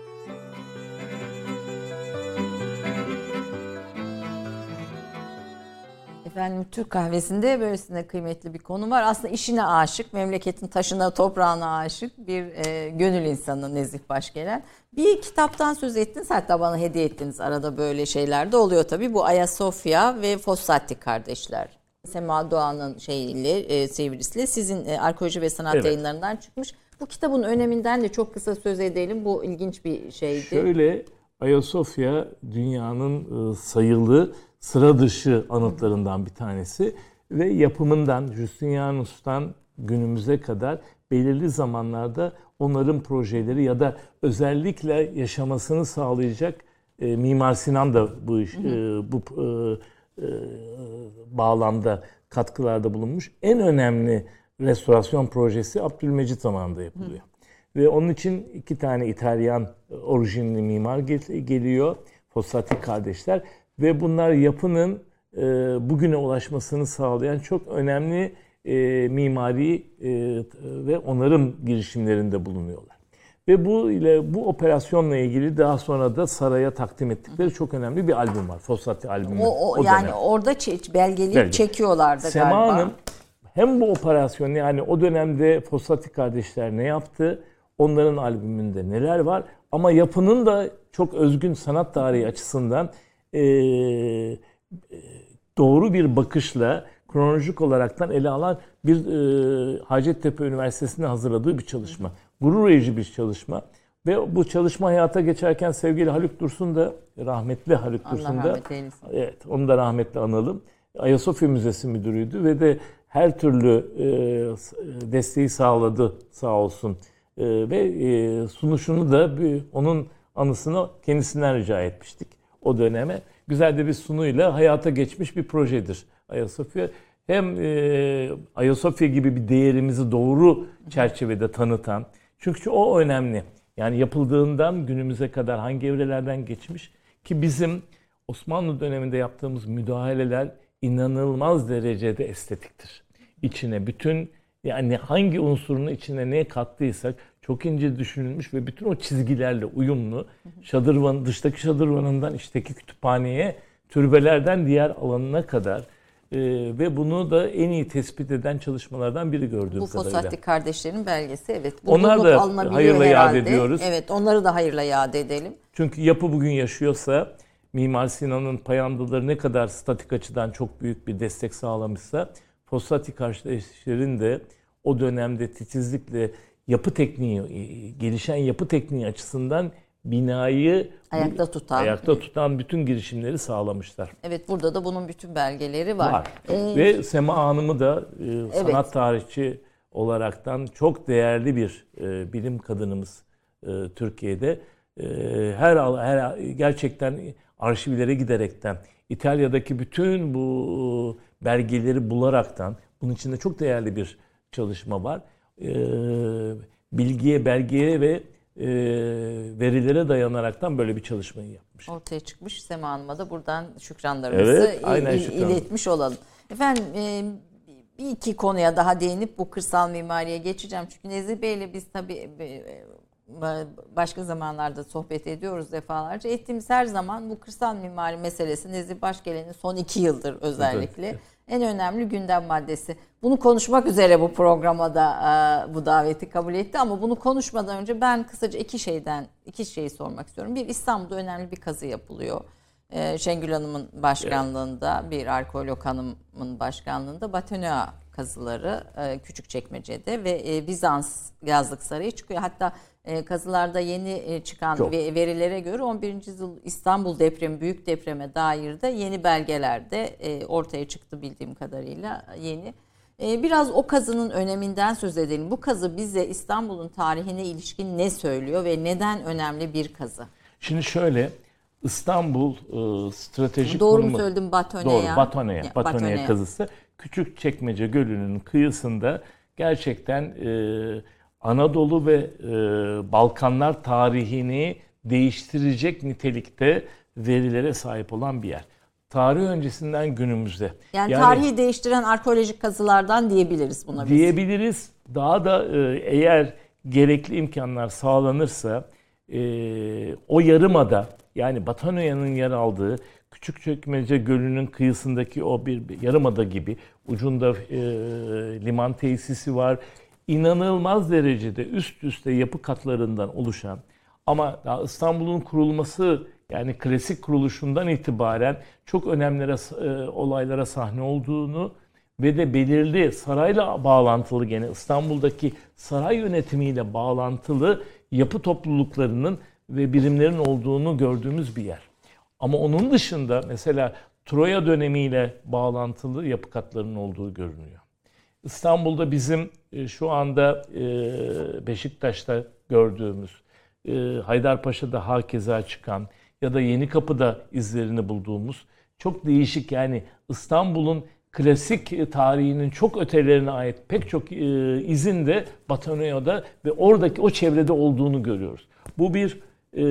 Efendim Türk kahvesinde böylesine kıymetli bir konu var. Aslında işine aşık, memleketin taşına, toprağına aşık bir e, gönül insanı Nezih Başgelen. Bir kitaptan söz ettiniz, hatta bana hediye ettiniz. Arada böyle şeyler de oluyor tabii. Bu Ayasofya ve Fossati kardeşler. Sema Doğan'ın şeyiyle, e, sevrisiyle sizin e, Arkeoloji ve Sanat evet. Yayınlarından çıkmış. Bu kitabın öneminden de çok kısa söz edelim. Bu ilginç bir şeydi. Şöyle, Ayasofya dünyanın e, sayılı sıra dışı anıtlarından bir tanesi ve yapımından Justinianus'tan günümüze kadar belirli zamanlarda onların projeleri ya da özellikle yaşamasını sağlayacak e, Mimar Sinan da bu iş, e, bu e, e, bağlamda katkılarda bulunmuş. En önemli restorasyon projesi Abdülmecit zamanında yapılıyor. Hı. Ve onun için iki tane İtalyan orijinli mimar geliyor, Fossati kardeşler. Ve bunlar yapının e, bugüne ulaşmasını sağlayan çok önemli e, mimari e, ve onarım girişimlerinde bulunuyorlar. Ve bu ile bu operasyonla ilgili daha sonra da saraya takdim ettikleri çok önemli bir albüm var. Fossati albümü. O, o, o yani dönem. Orada ç- belgeleyip Belge. çekiyorlardı Sema galiba. Sema Hanım hem bu operasyon, yani o dönemde Fossati kardeşler ne yaptı? Onların albümünde neler var? Ama yapının da çok özgün sanat tarihi açısından e, doğru bir bakışla kronolojik olaraktan ele alan bir e, Hacettepe Üniversitesi'nde hazırladığı bir çalışma. Gurur verici bir çalışma. Ve bu çalışma hayata geçerken sevgili Haluk Dursun da, rahmetli Haluk Allah Dursun da, evet, onu da rahmetli analım, Ayasofya Müzesi müdürüydü ve de her türlü e, desteği sağladı sağ olsun. E, ve e, sunuşunu da bir, onun anısını kendisinden rica etmiştik o döneme. Güzel de bir sunuyla hayata geçmiş bir projedir Ayasofya. Hem e, Ayasofya gibi bir değerimizi doğru çerçevede tanıtan, çünkü o önemli. Yani yapıldığından günümüze kadar hangi evrelerden geçmiş ki bizim Osmanlı döneminde yaptığımız müdahaleler inanılmaz derecede estetiktir. İçine bütün, yani hangi unsurunu içine ne kattıysak çok ince düşünülmüş ve bütün o çizgilerle uyumlu. Şadırvan, dıştaki şadırvanından içteki kütüphaneye, türbelerden diğer alanına kadar e, ve bunu da en iyi tespit eden çalışmalardan biri gördüğüm Bu kadarıyla. Fossati kardeşlerin belgesi, evet. Bu onlar da hayırla yad herhalde. ediyoruz. Evet, onları da hayırla yad edelim. Çünkü yapı bugün yaşıyorsa, Mimar Sinan'ın payandaları ne kadar statik açıdan çok büyük bir destek sağlamışsa, Fossati kardeşlerin de o dönemde titizlikle yapı tekniği, gelişen yapı tekniği açısından binayı ayakta tutan, ayakta tutan bütün girişimleri sağlamışlar. Evet, burada da bunun bütün belgeleri var. var. Ee, Ve Sema Hanım'ı da e, evet. sanat tarihçi olaraktan çok değerli bir e, bilim kadınımız e, Türkiye'de. E, her her gerçekten arşivlere giderekten, İtalya'daki bütün bu belgeleri bularaktan, bunun içinde çok değerli bir çalışma var. E, bilgiye, belgeye ve e, verilere dayanaraktan böyle bir çalışmayı yapmış. Ortaya çıkmış. Sema Hanım'a da buradan şükranlarımızı evet, aynen il, şükran. iletmiş olalım. Efendim e, bir iki konuya daha değinip bu kırsal mimariye geçeceğim. Çünkü Nezih Bey'le biz tabii başka zamanlarda sohbet ediyoruz defalarca. Ettiğimiz her zaman bu kırsal mimari meselesi Nezih Başgelen'in son iki yıldır özellikle evet. en önemli gündem maddesi. Bunu konuşmak üzere bu programa da e, bu daveti kabul etti ama bunu konuşmadan önce ben kısaca iki şeyden iki şeyi sormak istiyorum. Bir, İstanbul'da önemli bir kazı yapılıyor. E, Şengül Hanım'ın başkanlığında, bir arkeolog hanımın başkanlığında Batonea kazıları e, Küçükçekmece'de ve e, Bizans Yazlık Sarayı çıkıyor. Hatta e, kazılarda yeni e, çıkan Çok. verilere göre on birinci yüzyıl İstanbul depremi, büyük depreme dair de yeni belgeler de e, ortaya çıktı bildiğim kadarıyla yeni. E, biraz o kazının öneminden söz edelim. Bu kazı bize İstanbul'un tarihine ilişkin ne söylüyor ve neden önemli bir kazı? Şimdi şöyle, İstanbul e, stratejik Doğru konumu. mu söyledim? Batonea. Doğru, Batonea. Ya, Batonea, Batonea kazısı. Küçükçekmece Gölü'nün kıyısında gerçekten e, Anadolu ve e, Balkanlar tarihini değiştirecek nitelikte verilere sahip olan bir yer. Tarih öncesinden günümüzde. Yani, yani tarihi değiştiren arkeolojik kazılardan diyebiliriz buna biz. Diyebiliriz. Daha da e, eğer gerekli imkanlar sağlanırsa e, o yarımada, yani Batonea'nın yer aldığı Küçükçekmece Gölü'nün kıyısındaki o bir, bir yarımada gibi ucunda e, liman tesisi var. İnanılmaz derecede üst üste yapı katlarından oluşan ama daha İstanbul'un kurulması, yani klasik kuruluşundan itibaren çok önemli e, olaylara sahne olduğunu ve de belirli sarayla bağlantılı, gene İstanbul'daki saray yönetimiyle bağlantılı yapı topluluklarının ve birimlerin olduğunu gördüğümüz bir yer. Ama onun dışında mesela Troya dönemiyle bağlantılı yapı katlarının olduğu görünüyor. İstanbul'da bizim şu anda Beşiktaş'ta gördüğümüz, Haydarpaşa'da hakeza çıkan ya da Yenikapı'da izlerini bulduğumuz çok değişik, yani İstanbul'un klasik tarihinin çok ötelerine ait pek çok izin de Batonea'da ve oradaki o çevrede olduğunu görüyoruz. Bu bir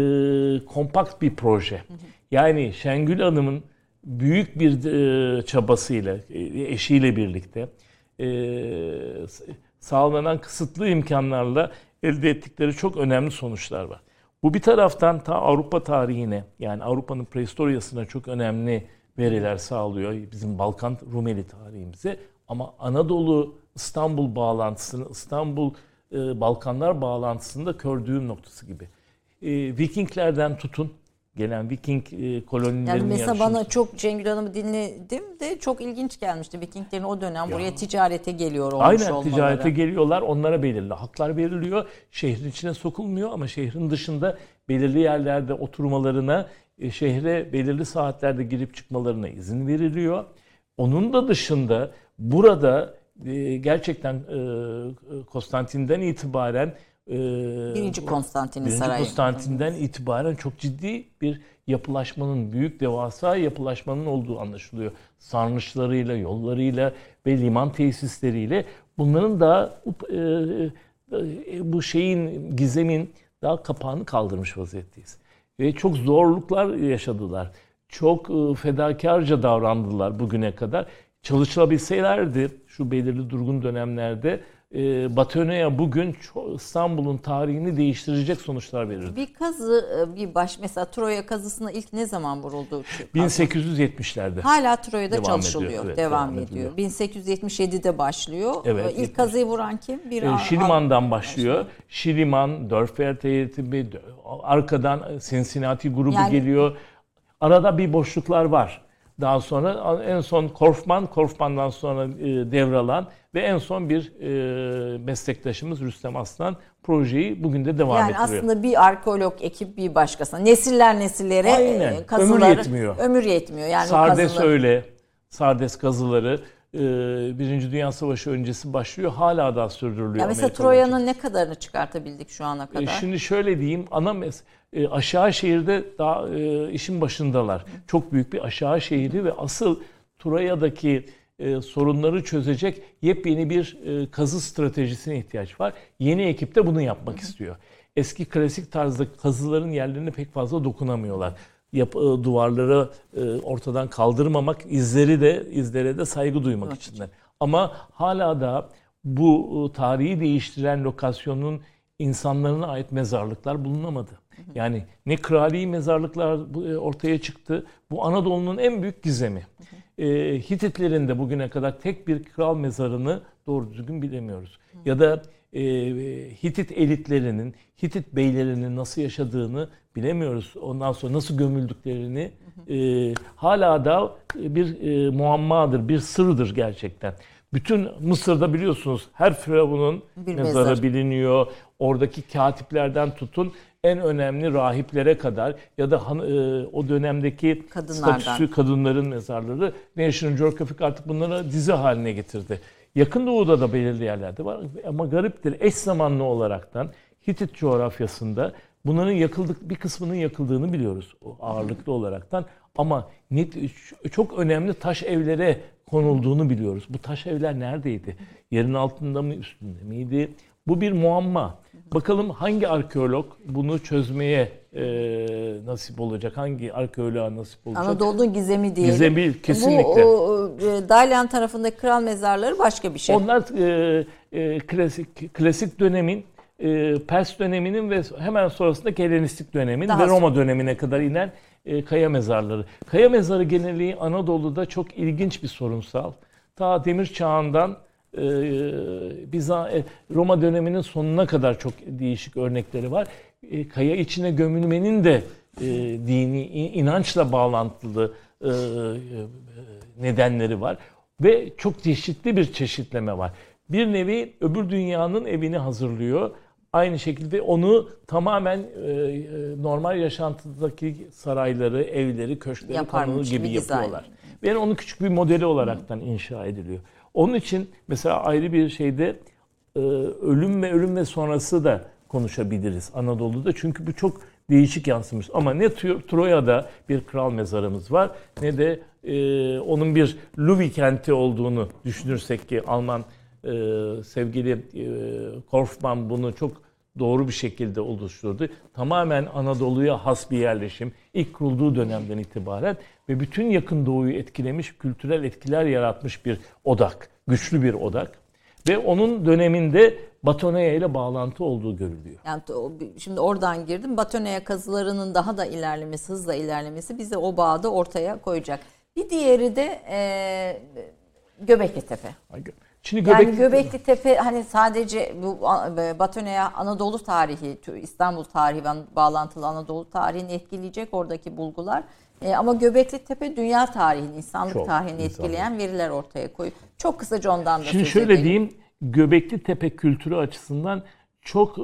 e, kompakt bir proje. Yani Şengül Hanım'ın büyük bir e, çabasıyla, e, eşiyle birlikte e, sağlanan kısıtlı imkanlarla elde ettikleri çok önemli sonuçlar var. Bu bir taraftan ta Avrupa tarihine, yani Avrupa'nın prehistoryasına çok önemli veriler sağlıyor. Bizim Balkan Rumeli tarihimize. Ama Anadolu İstanbul bağlantısını, İstanbul e, Balkanlar bağlantısında kördüğüm noktası gibi. E, Vikinglerden tutun, gelen Viking e, kolonilerinin yani mesela yarışması. bana çok Cengül Hanım'ı dinledim de çok ilginç gelmişti. Vikinglerin o dönem ya. buraya ticarete geliyor olmuş Aynen, olmaları. ticarete geliyorlar. Onlara belirli haklar veriliyor. Şehrin içine sokulmuyor ama şehrin dışında belirli yerlerde oturmalarına, e, şehre belirli saatlerde girip çıkmalarına izin veriliyor. Onun da dışında burada e, gerçekten e, Konstantin'den itibaren Birinci Konstantin'in Birinci sarayı. Konstantin'den itibaren çok ciddi bir yapılaşmanın, büyük devasa yapılaşmanın olduğu anlaşılıyor. Sarnıçlarıyla, yollarıyla ve liman tesisleriyle bunların da bu şeyin, gizemin daha kapağını kaldırmış vaziyetteyiz. Ve çok zorluklar yaşadılar. Çok fedakarca davrandılar bugüne kadar. Çalışabilselerdi şu belirli durgun dönemlerde Batı bugün İstanbul'un tarihini değiştirecek sonuçlar verirdi. Bir kazı, bir baş, mesela Troya kazısına ilk ne zaman vuruldu? bin sekiz yüz yetmişlerde. Hala Troya'da devam çalışılıyor, ediyor, evet, devam, devam ediyor. ediyor. bin sekiz yüz yetmiş yedide başlıyor. Evet, İlk yetmiş. kazıyı vuran kim? Bir e, Şiliman'dan başlıyor. Şiliman, Dörfer heyeti, arkadan Cincinnati grubu yani, geliyor. Arada bir boşluklar var. Daha sonra en son Korfman, Korfman'dan sonra e, devralan ve en son bir e, meslektaşımız Rüstem Aslan projeyi bugün de devam yani ettiriyor. Yani aslında bir arkeolog ekip bir başkasına, nesiller nesillere Aynen. kazıları, ömür yetmiyor. Ömür yetmiyor. Yani Sardes kazıları... öyle. Sardes kazıları e, Birinci Dünya Savaşı öncesi başlıyor. Hala da sürdürülüyor. Ya mesela Troya'nın ne kadarını çıkartabildik şu ana kadar? E, şimdi şöyle diyeyim. Ana mes e, aşağı şehirde daha e, işin başındalar. Hı. Çok büyük bir aşağı şehri ve asıl Troya'daki e, sorunları çözecek yepyeni bir e, kazı stratejisine ihtiyaç var. Yeni ekip de bunu yapmak Hı. istiyor. Eski klasik tarzda kazıların yerlerine pek fazla dokunamıyorlar. Yap, e, duvarları e, ortadan kaldırmamak, izleri de izlere de saygı duymak evet. için. Ama hala da bu e, tarihi değiştiren lokasyonun insanlarına ait mezarlıklar bulunamadı. Hı hı. Yani ne krali mezarlıklar e, ortaya çıktı. Bu Anadolu'nun en büyük gizemi. Hı hı. E, Hititlerin de bugüne kadar tek bir kral mezarını doğru düzgün bilemiyoruz. Hı. Ya da e, Hitit elitlerinin, Hitit beylerinin nasıl yaşadığını bilemiyoruz. Ondan sonra nasıl gömüldüklerini hı hı. E, hala da bir e, muammadır, bir sırdır gerçekten. Bütün Mısır'da biliyorsunuz her firavunun bir mezarı mezar. biliniyor. Oradaki katiplerden tutun en önemli rahiplere kadar ya da e, o dönemdeki statüsü kadınların mezarları National Geographic artık bunları dizi haline getirdi. Yakın Doğu'da da belirli yerlerde var ama gariptir eş zamanlı olaraktan Hitit coğrafyasında bunların yakıldık bir kısmının yakıldığını biliyoruz o ağırlıklı olaraktan ama net, çok önemli taş evlere konulduğunu biliyoruz. Bu taş evler neredeydi? Yerin altında mı, üstünde miydi? Bu bir muamma. Bakalım hangi arkeolog bunu çözmeye e, nasip olacak? Hangi arkeoloğa nasip olacak? Anadolu'nun gizemi diyelim. Gizemi kesinlikle. Bu o, e, Dalyan tarafındaki kral mezarları başka bir şey. Onlar e, e, klasik klasik dönemin e, Pers döneminin ve hemen sonrasında Helenistik dönemin Daha ve Roma sonra. dönemine kadar inen e, kaya mezarları. Kaya mezarı genelliği Anadolu'da çok ilginç bir sorunsal. Ta Demir Çağı'ndan e, Bizans, e, Roma döneminin sonuna kadar çok değişik örnekleri var. E, kaya içine gömülmenin de e, dini inançla bağlantılı e, e, nedenleri var. Ve çok çeşitli bir çeşitleme var. Bir nevi öbür dünyanın evini hazırlıyor. Aynı şekilde onu tamamen e, normal yaşantıdaki sarayları, evleri, köşkleri tanığı gibi yapıyorlar. Ve onu küçük bir modeli olaraktan inşa ediliyor. Onun için mesela ayrı bir şeyde e, ölüm ve ölüm ve sonrası da konuşabiliriz Anadolu'da. Çünkü bu çok değişik yansımış. Ama ne Troya'da bir kral mezarımız var ne de e, onun bir Louis kenti olduğunu düşünürsek ki Alman e, sevgili e, Korfman bunu çok doğru bir şekilde oluşturdu. Tamamen Anadolu'ya has bir yerleşim. İlk kurulduğu dönemden itibaren ve bütün yakın doğuyu etkilemiş, kültürel etkiler yaratmış bir odak. güçlü bir odak. Ve onun döneminde Batoneya ile bağlantı olduğu görülüyor. Yani şimdi oradan girdim. Batoneya kazılarının daha da ilerlemesi, hızla ilerlemesi bize o bağı ortaya koyacak. Bir diğeri de e, Göbekli Tepe. Şimdi yani Göbekli, Göbekli Tepe hani sadece bu Batoneya Anadolu tarihi, İstanbul tarihi ve bağlantılı Anadolu tarihini etkileyecek oradaki bulgular. E, ama Göbekli Tepe dünya tarihini, insanlık Çok, tarihini insanlık. etkileyen veriler ortaya koyuyor. Çok kısaca ondan da Şimdi söz şöyle edelim. diyeyim, Göbekli Tepe kültürü açısından çok e,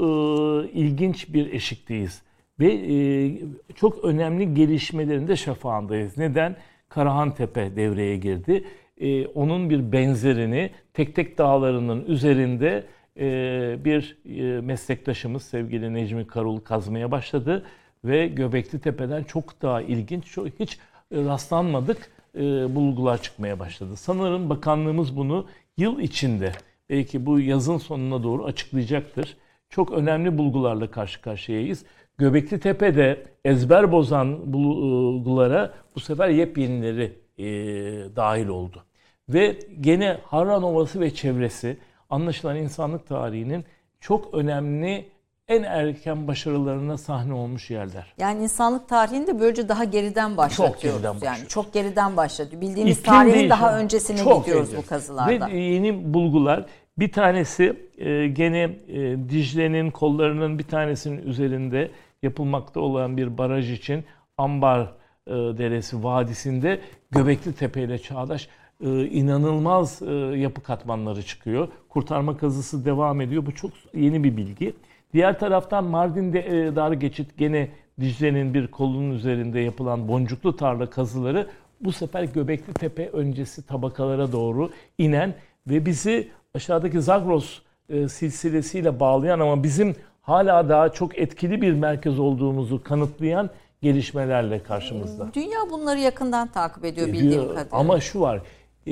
ilginç bir eşikteyiz. Ve e, çok önemli gelişmelerin de şafağındayız. Neden? Karahantepe devreye girdi. E, onun bir benzerini Tek Tek Dağları'nın üzerinde e, bir e, meslektaşımız sevgili Necmi Karul kazmaya başladı. Ve Göbekli Tepe'den çok daha ilginç, çok, hiç rastlanmadık e, bulgular çıkmaya başladı. Sanırım bakanlığımız bunu yıl içinde, belki bu yazın sonuna doğru açıklayacaktır. Çok önemli bulgularla karşı karşıyayız. Göbekli Tepe'de ezber bozan bulgulara bu sefer yepyenileri e, dahil oldu. Ve gene Harran Ovası ve çevresi anlaşılan insanlık tarihinin çok önemli, en erken başarılarına sahne olmuş yerler. Yani insanlık tarihini de böylece daha geriden başlatıyoruz. Çok geriden başlıyoruz. Yani çok geriden başladı. Bildiğimiz İklim tarihin değişimi. daha öncesine Çok gidiyoruz geriden. bu kazılarda. Ve yeni bulgular, bir tanesi e, gene e, Dicle'nin kollarının bir tanesinin üzerinde yapılmakta olan bir baraj için Ambar e, Deresi Vadisi'nde Göbekli Tepe ile çağdaş e, inanılmaz e, yapı katmanları çıkıyor. Kurtarma kazısı devam ediyor. Bu çok yeni bir bilgi. Diğer taraftan Mardin'de e, dar geçit gene Dicle'nin bir kolunun üzerinde yapılan boncuklu tarla kazıları bu sefer Göbekli Tepe öncesi tabakalara doğru inen ve bizi aşağıdaki Zagros e, silsilesiyle bağlayan ama bizim hala daha çok etkili bir merkez olduğumuzu kanıtlayan gelişmelerle karşımızda. Dünya bunları yakından takip ediyor Ediyor. bildiğim kadarıyla. Ama şu var, e,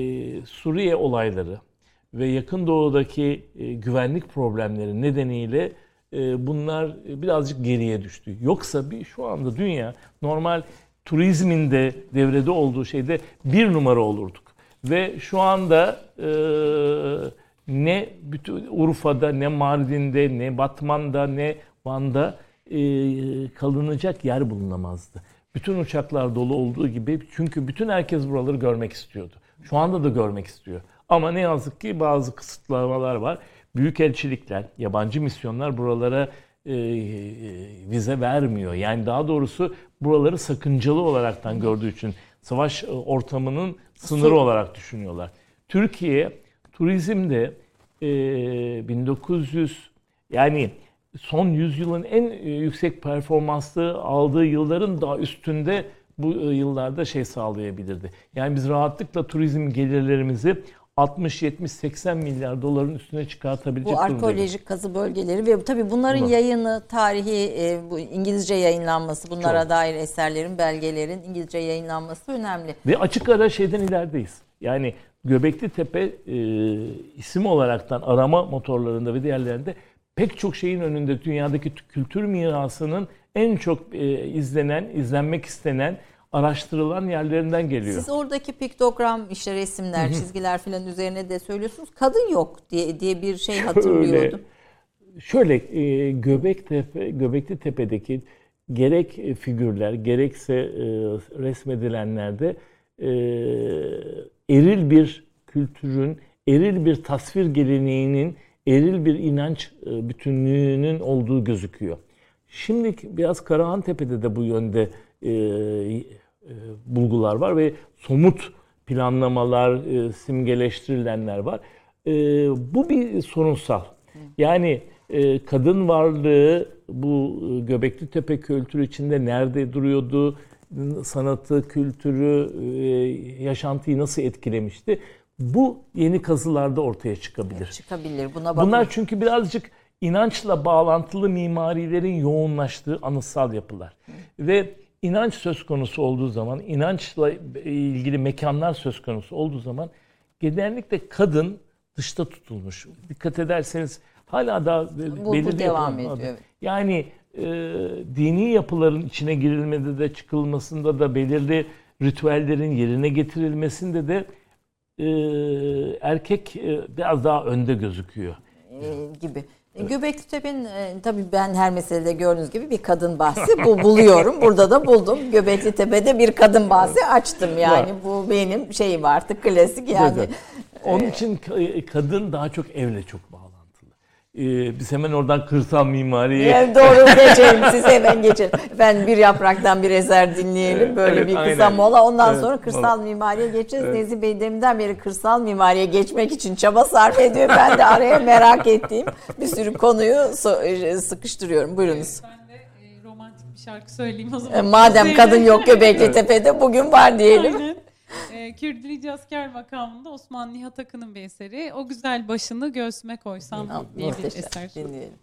Suriye olayları ve Yakın Doğu'daki e, güvenlik problemleri nedeniyle e, bunlar birazcık geriye düştü. Yoksa bir şu anda dünya normal turizmin de devrede olduğu şeyde bir numara olurduk. Ve şu anda e, ne bütün Urfa'da, ne Mardin'de, ne Batman'da, ne Van'da e, kalınacak yer bulunamazdı. Bütün uçaklar dolu olduğu gibi, çünkü bütün herkes buraları görmek istiyordu. Şu anda da görmek istiyor. Ama ne yazık ki bazı kısıtlamalar var. Büyükelçilikler, yabancı misyonlar buralara e, vize vermiyor. Yani daha doğrusu buraları sakıncalı olaraktan gördüğü için savaş ortamının sınırı olarak düşünüyorlar. Türkiye turizmde e, bin dokuz yüz yani son yüzyılın en yüksek performanslı aldığı yılların daha üstünde bu yıllarda şey sağlayabilirdi. Yani biz rahatlıkla turizm gelirlerimizi altmış yetmiş seksen milyar doların üstüne çıkartabilecek bu arkeolojik kazı bölgeleri ve tabii bunların Bu. yayını, tarihi, e, bu İngilizce yayınlanması, bunlara Çok. dair eserlerin, belgelerin İngilizce yayınlanması önemli. Ve açık ara şeyden ilerideyiz. Yani Göbekli Tepe e, isim olaraktan arama motorlarında ve diğerlerinde pek çok şeyin önünde, dünyadaki kültür mirasının en çok e, izlenen, izlenmek istenen, araştırılan yerlerinden geliyor. Siz oradaki piktogram, işte resimler, çizgiler filan üzerine de söylüyorsunuz. Kadın yok diye diye bir şey hatırlıyordum. Şöyle, şöyle e, Göbektepe, Göbekli Tepe'deki gerek figürler, gerekse e, resmedilenlerde e, eril bir kültürün, eril bir tasvir geleneğinin, eril bir inanç e, bütünlüğünün olduğu gözüküyor. Şimdi biraz Karahantepe'de de bu yönde e, e, bulgular var ve somut planlamalar, e, simgeleştirilenler var. E, bu bir sorunsal. Yani e, kadın varlığı bu Göbekli Tepe kültürü içinde nerede duruyordu? Sanatı, kültürü, e, yaşantıyı nasıl etkilemişti? Bu yeni kazılarda ortaya çıkabilir. Çıkabilir. Buna bakın. Bunlar çünkü birazcık inançla bağlantılı mimarilerin yoğunlaştığı anıtsal yapılar. Hı. Ve inanç söz konusu olduğu zaman, inançla ilgili mekanlar söz konusu olduğu zaman genellikle kadın dışta tutulmuş. Dikkat ederseniz hala da bu, belirli bu devam ediyor. Evet. Yani e, dini yapıların içine girilmede de, çıkılmasında da, belirli ritüellerin yerine getirilmesinde de e, erkek e, biraz daha önde gözüküyor. E, gibi. Evet. Göbekli Tepe'nin e, tabii ben her meselede gördüğünüz gibi bir kadın bahsi bu buluyorum. Burada da buldum. Göbekli Tepe'de bir kadın bahsi açtım yani. Var. Bu benim şeyim artık klasik yani. Evet. Onun için kadın daha çok evle çok bağlantılı. Ee, biz hemen oradan kırsal mimariye... Yani doğru geçelim, siz hemen geçelim. Ben bir yapraktan bir eser dinleyelim. Böyle evet, bir kısa aynen. mola. Ondan evet, sonra kırsal mola. mimariye geçeceğiz. Evet. Nezih Bey deminden beri kırsal mimariye geçmek için çaba sarf ediyor. Ben de araya merak ettiğim bir sürü konuyu sıkıştırıyorum. Buyurunuz. Ben de e, romantik bir şarkı söyleyeyim o zaman. Madem kadın yok Göbekli Tepe'de bugün var diyelim. Aynen. E, Kürdilici asker makamında Osman Nihat Akın'ın bir eseri. O güzel başını göğsüme koysam Tamam, diye bir muhteşem. eser. Dinleyelim.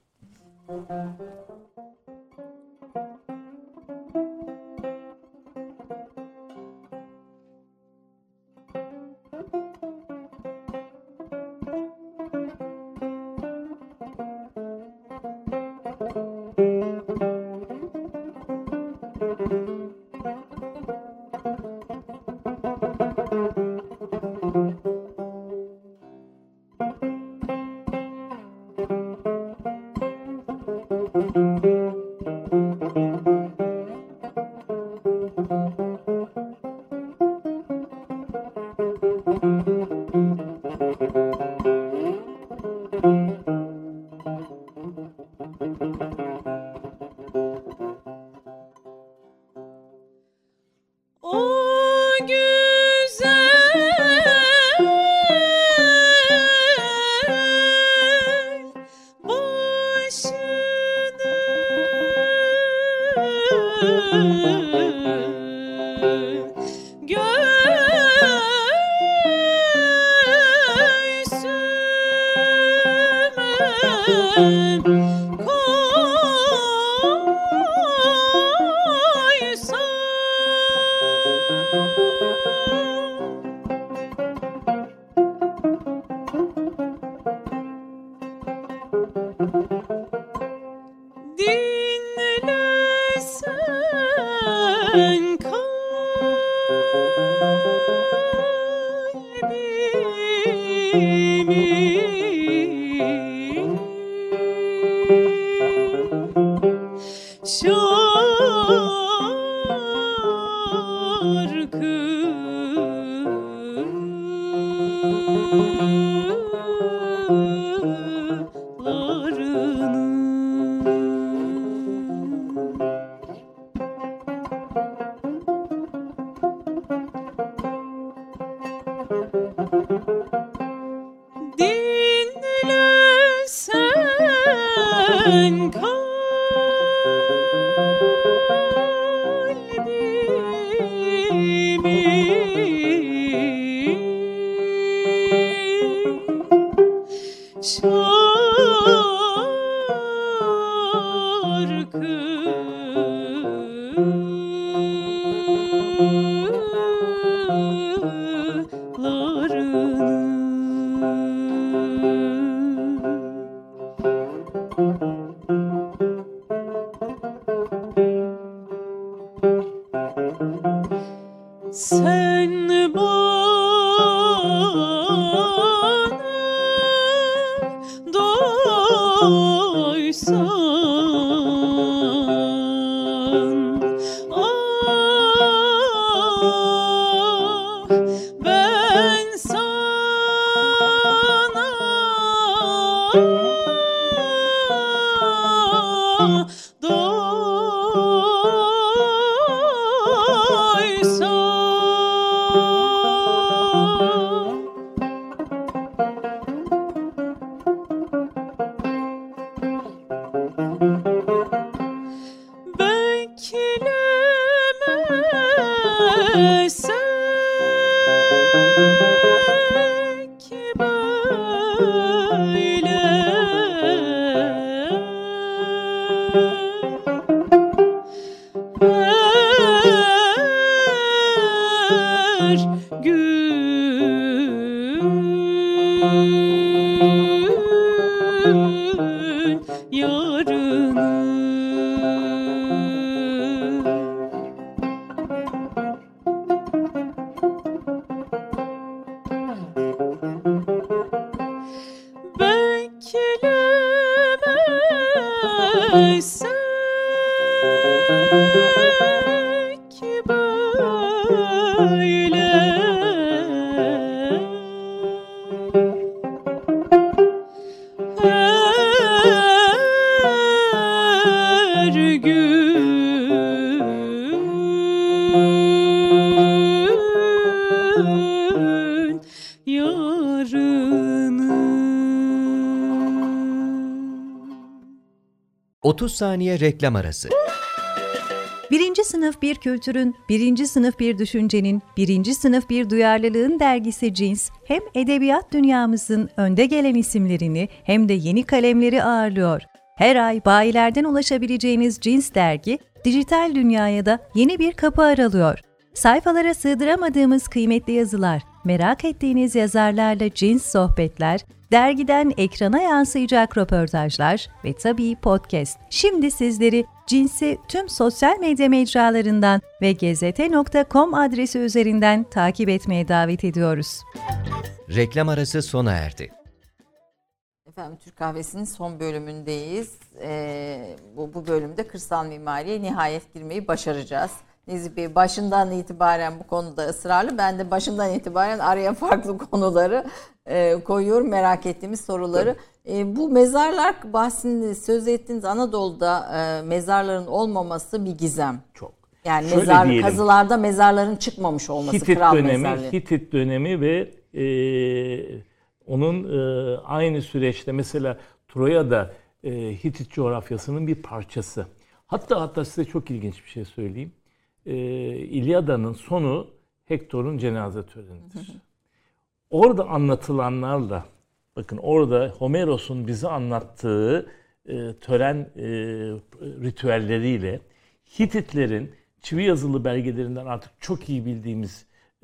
otuz saniye reklam arası. Birinci sınıf bir kültürün, birinci sınıf bir düşüncenin, birinci sınıf bir duyarlılığın dergisi Cins, hem edebiyat dünyamızın önde gelen isimlerini hem de yeni kalemleri ağırlıyor. Her ay bayilerden ulaşabileceğiniz Cins dergi, dijital dünyaya da yeni bir kapı aralıyor. Sayfalara sığdıramadığımız kıymetli yazılar, merak ettiğiniz yazarlarla cins sohbetler, dergiden ekrana yansıyacak röportajlar ve tabii podcast. Şimdi sizleri Cins'i tüm sosyal medya mecralarından ve gezete nokta com adresi üzerinden takip etmeye davet ediyoruz. Reklam arası sona erdi. Efendim, Türk Kahvesi'nin son bölümündeyiz. Ee, bu, bu bölümde kırsal mimariye nihayet girmeyi başaracağız. Nezih Bey başından itibaren bu konuda ısrarlı. Ben de başından itibaren araya farklı konuları e, koyuyorum. Merak ettiğimiz soruları. E, bu mezarlar bahsinde söz ettiğiniz Anadolu'da e, mezarların olmaması bir gizem. Çok. Yani Şöyle mezar diyelim, kazılarda mezarların çıkmamış olması, Hitit kral dönemi, mezarları. Hitit dönemi ve e, onun e, aynı süreçte mesela Troya'da e, Hitit coğrafyasının bir parçası. Hatta hatta size çok ilginç bir şey söyleyeyim. E, İlyada'nın sonu Hektor'un cenaze törenidir. Orada anlatılanlarla, bakın orada Homeros'un bize anlattığı e, tören e, ritüelleriyle Hititlerin çivi yazılı belgelerinden artık çok iyi bildiğimiz e,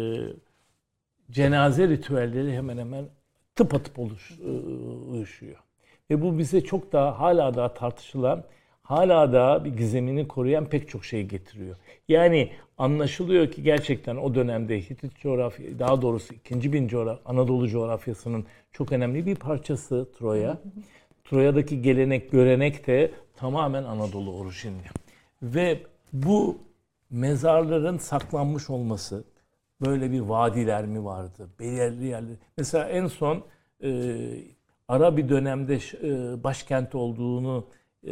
cenaze ritüelleri hemen hemen tıpatıp oluş, uyuşuyor. Ve bu bize çok daha hala daha tartışılan, hala daha bir gizemini koruyan pek çok şey getiriyor. Yani anlaşılıyor ki gerçekten o dönemde Hitit coğrafya, daha doğrusu ikinci bin coğrafya, Anadolu coğrafyasının çok önemli bir parçası Troya. Troya'daki gelenek, görenek de tamamen Anadolu orijinli. Ve bu mezarların saklanmış olması, böyle bir vadiler mi vardı, belirli yerler. Mesela en son e, ara bir dönemde e, başkent olduğunu e,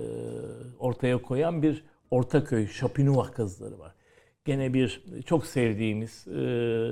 ortaya koyan bir Ortaköy, Şapinuvah kazıları var. Gene bir çok sevdiğimiz e,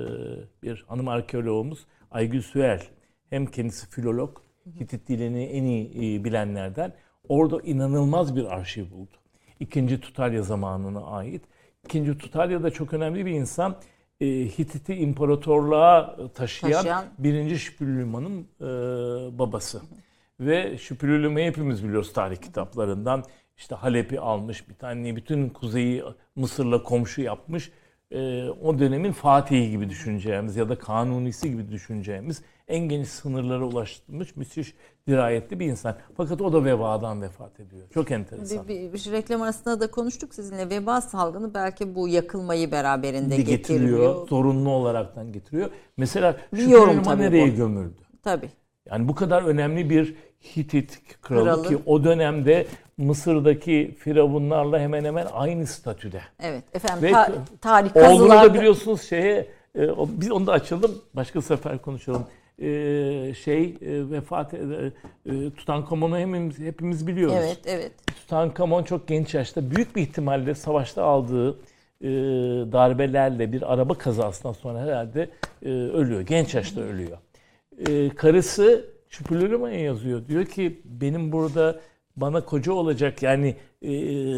bir hanım arkeoloğumuz Aygül Süer. Hem kendisi filolog, Hitit dilini en iyi bilenlerden. Orada inanılmaz bir arşiv buldu. İkinci Tutalya zamanına ait. İkinci Tutalya da çok önemli bir insan. E, Hitit'i imparatorluğa taşıyan, taşıyan. birinci Şüpülülüman'ın e, babası. Ve Şüpülülüman'ı hepimiz biliyoruz tarih kitaplarından. İşte Halep'i almış, bir tane bütün kuzeyi Mısır'la komşu yapmış. E, o dönemin Fatihi gibi düşüneceğimiz ya da Kanunisi gibi düşüneceğimiz en geniş sınırlara ulaştırmış müthiş dirayetli bir insan. Fakat o da vebadan vefat ediyor. Çok enteresan. Bir, bir, bir reklam arasında da konuştuk sizinle. Veba salgını belki bu yakılmayı beraberinde getiriyor. getiriyor. Zorunlu olaraktan getiriyor. Mesela Şüpülülüman nereye bu. gömüldü? Tabii. Yani bu kadar önemli bir Hitit kralı, kralı ki o dönemde Mısır'daki firavunlarla hemen hemen aynı statüde. Evet efendim, Ve ta- tarih kazılarda... Oğlunu da biliyorsunuz şeye, e, biz onu da açalım, başka sefer konuşalım. E, şey e, vefat e, e, Tutankamon'u hepimiz, hepimiz biliyoruz. Evet, evet. Tutankamon çok genç yaşta, büyük bir ihtimalle savaşta aldığı e, darbelerle bir araba kazasından sonra herhalde e, ölüyor. Genç yaşta ölüyor. E, karısı Şüpülülüman'a yazıyor. Diyor ki benim burada bana koca olacak yani e,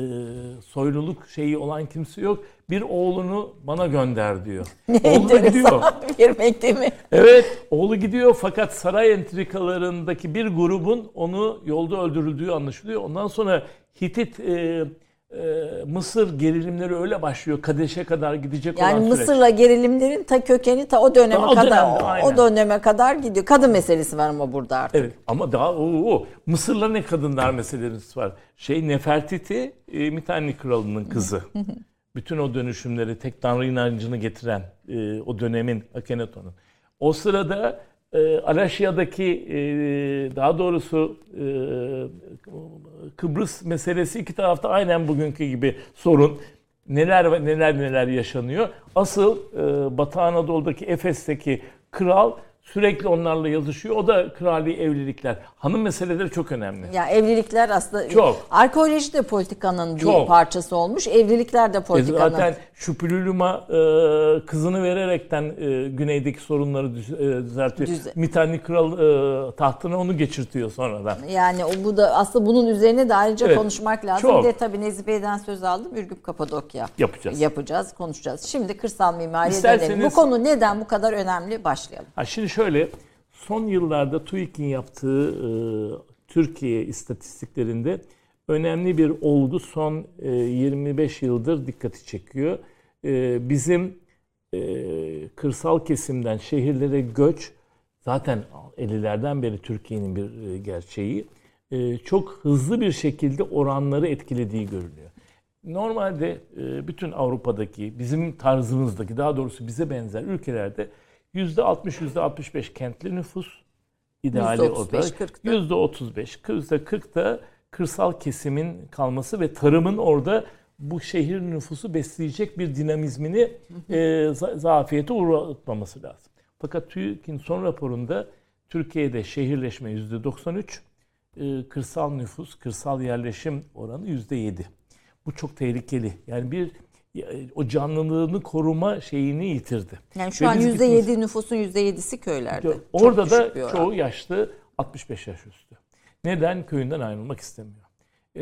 soyluluk şeyi olan kimse yok. Bir oğlunu bana gönder diyor. Ne oğlu da gidiyor. Bir mektemi. Evet, oğlu gidiyor fakat saray entrikalarındaki bir grubun onu yolda öldürüldüğü anlaşılıyor. Ondan sonra Hitit e, e, Mısır gerilimleri öyle başlıyor. Kadeş'e kadar gidecek yani olan süreç. Yani Mısır'la gerilimlerin ta kökeni ta o döneme daha kadar o, dönemde, o döneme kadar gidiyor. Kadın meselesi var ama burada artık. Evet ama daha o, o. Mısır'la ne kadınlar meselesi var. Şey Nefertiti e, Mitanni kralının kızı. Bütün o dönüşümleri, tek tanrı inancını getiren e, o dönemin Akhenaton'un. O sırada e, Alaşya'daki e, daha doğrusu e, Kıbrıs meselesi iki tarafta aynen bugünkü gibi sorun. Neler neler neler yaşanıyor. Asıl e, Batı Anadolu'daki Efes'teki kral Sürekli onlarla yazışıyor. O da krali evlilikler. Hanım meseleleri çok önemli. Ya evlilikler aslında çok. Arkeoloji de politikanın çok. bir parçası olmuş. Evlilikler de politikanın. E zaten Şüpülülüma e, kızını vererekten e, güneydeki sorunları düz, e, düzeltiyor. Düze. Mitanni Kral e, tahtına onu geçirtiyor sonradan. Yani o, bu da aslında bunun üzerine de ayrıca evet, konuşmak lazım. Çok. Bir de tabii Nezih Bey'den söz aldım. Ürgüp Kapadokya yapacağız. Yapacağız, konuşacağız. Şimdi kırsal mimariye İsterseniz, dönelim. Bu konu neden bu kadar önemli? Başlayalım. Ha şimdi şöyle, son yıllarda TÜİK'in yaptığı e, Türkiye istatistiklerinde önemli bir olgu son e, yirmi beş yıldır dikkati çekiyor. E, bizim e, kırsal kesimden şehirlere göç zaten ellilerden beri Türkiye'nin bir e, gerçeği. E, çok hızlı bir şekilde oranları etkilediği görülüyor. Normalde e, bütün Avrupa'daki, bizim tarzımızdaki, daha doğrusu bize benzer ülkelerde yüzde altmış yüzde altmış beş kentli nüfus ideali o da. yüzde otuz beş yüzde kırk da kırsal kesimin kalması ve tarımın orada bu şehir nüfusu besleyecek bir dinamizmini e, zafiyete uğratmaması lazım. Fakat TÜİK'in son raporunda Türkiye'de şehirleşme yüzde doksan üç, e, kırsal nüfus, kırsal yerleşim oranı yüzde yedi. Bu çok tehlikeli. Yani bir o canlılığını koruma şeyini yitirdi. Yani şu Ve an yüzde yedi nüfusun yüzde yedisi köylerde. Orada da çoğu yaşlı, altmış beş yaş üstü. Neden? Köyünden ayrılmak istemiyor. Ee,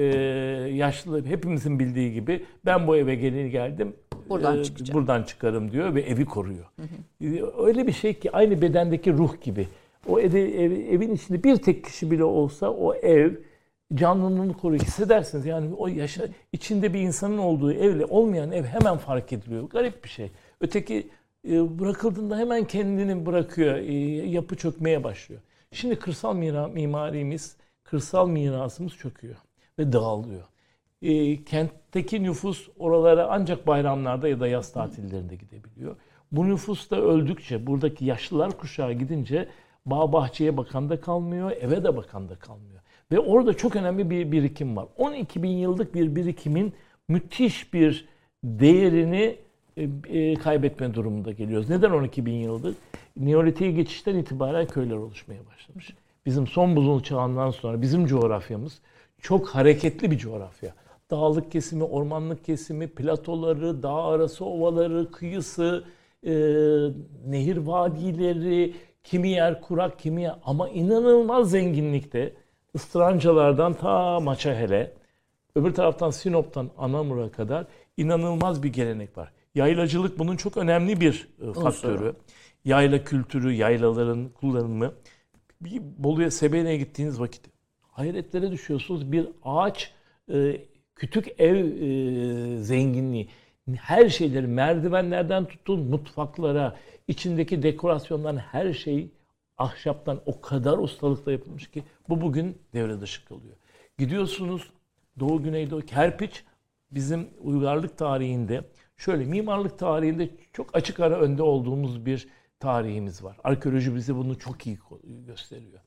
yaşlı, hepimizin bildiği gibi ben bu eve gelin geldim, buradan, e, buradan çıkarım diyor ve evi koruyor. Hı hı. Öyle bir şey ki aynı bedendeki ruh gibi. O ev, ev, evin içinde bir tek kişi bile olsa o ev canlılığını koruyor. Hissedersiniz yani o yaşa, içinde bir insanın olduğu evle olmayan ev hemen fark ediliyor. Garip bir şey. Öteki e, bırakıldığında hemen kendini bırakıyor. E, yapı çökmeye başlıyor. Şimdi kırsal mira, mimarimiz, kırsal mirasımız çöküyor ve dağılıyor. E, kentteki nüfus oralara ancak bayramlarda ya da yaz tatillerinde gidebiliyor. Bu nüfus da öldükçe, buradaki yaşlılar kuşağı gidince bağ bahçeye bakan da kalmıyor, eve de bakan da kalmıyor. Ve orada çok önemli bir birikim var. on iki bin yıllık bir birikimin müthiş bir değerini e, kaybetme durumunda geliyoruz. Neden on iki bin yıldır? Neolitik'e geçişten itibaren köyler oluşmaya başlamış. Bizim son buzul çağından sonra bizim coğrafyamız çok hareketli bir coğrafya. Dağlık kesimi, ormanlık kesimi, platoları, dağ arası ovaları, kıyısı, e, nehir vadileri, kimi yer kurak, kimi yer... Ama inanılmaz zenginlikte. Istırancalardan ta Maçahel'e, öbür taraftan Sinop'tan Anamur'a kadar inanılmaz bir gelenek var. Yaylacılık bunun çok önemli bir faktörü. Yayla kültürü, yaylaların kullanımı. Bir Bolu'ya, Sebene'ye gittiğiniz vakit hayretlere düşüyorsunuz. Bir ağaç, kütük ev zenginliği. Her şeyleri, merdivenlerden tutun mutfaklara, içindeki dekorasyondan her şey ahşaptan o kadar ustalıkla yapılmış ki bu bugün devre dışı kalıyor. Gidiyorsunuz Doğu Güneydoğu, kerpiç bizim uygarlık tarihinde, şöyle mimarlık tarihinde çok açık ara önde olduğumuz bir tarihimiz var. Arkeoloji bize bunu çok iyi gösteriyor.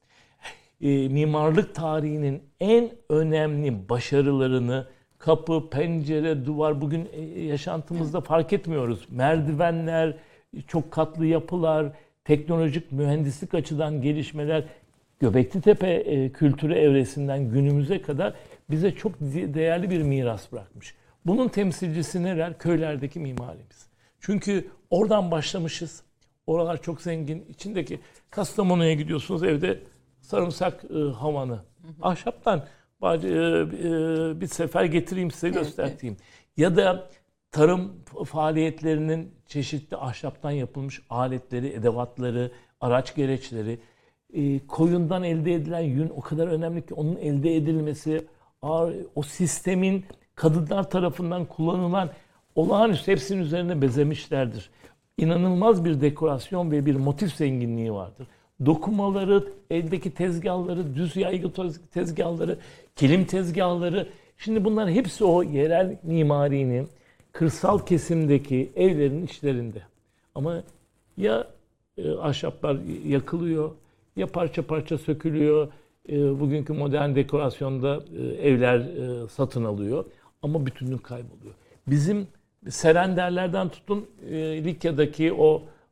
E, mimarlık tarihinin en önemli başarılarını kapı, pencere, duvar bugün yaşantımızda fark etmiyoruz. Merdivenler, çok katlı yapılar, teknolojik, mühendislik açıdan gelişmeler, Göbeklitepe e, kültürü evresinden günümüze kadar bize çok değerli bir miras bırakmış. Bunun temsilcisi neler? Köylerdeki mimarimiz. Çünkü oradan başlamışız. Oralar çok zengin. İçindeki Kastamonu'ya gidiyorsunuz, evde sarımsak e, havanı. Hı hı. Ahşaptan e, e, bir sefer getireyim size, göstereyim. Evet, evet. Ya da tarım faaliyetlerinin çeşitli ahşaptan yapılmış aletleri, edevatları, araç gereçleri, e, koyundan elde edilen yün o kadar önemli ki onun elde edilmesi, o sistemin kadınlar tarafından kullanılan olağanüstü hepsinin üzerine bezemişlerdir. İnanılmaz bir dekorasyon ve bir motif zenginliği vardır. Dokumaları, eldeki tezgahları, düz yaygı tezgahları, kilim tezgahları. Şimdi bunların hepsi o yerel mimarinin kırsal kesimdeki evlerin içlerinde. Ama ya e, ahşaplar yakılıyor, ya parça parça sökülüyor. E, bugünkü modern dekorasyonda e, evler e, satın alıyor. Ama bütünlük kayboluyor. Bizim Serenderlerden tutun e, Likya'daki o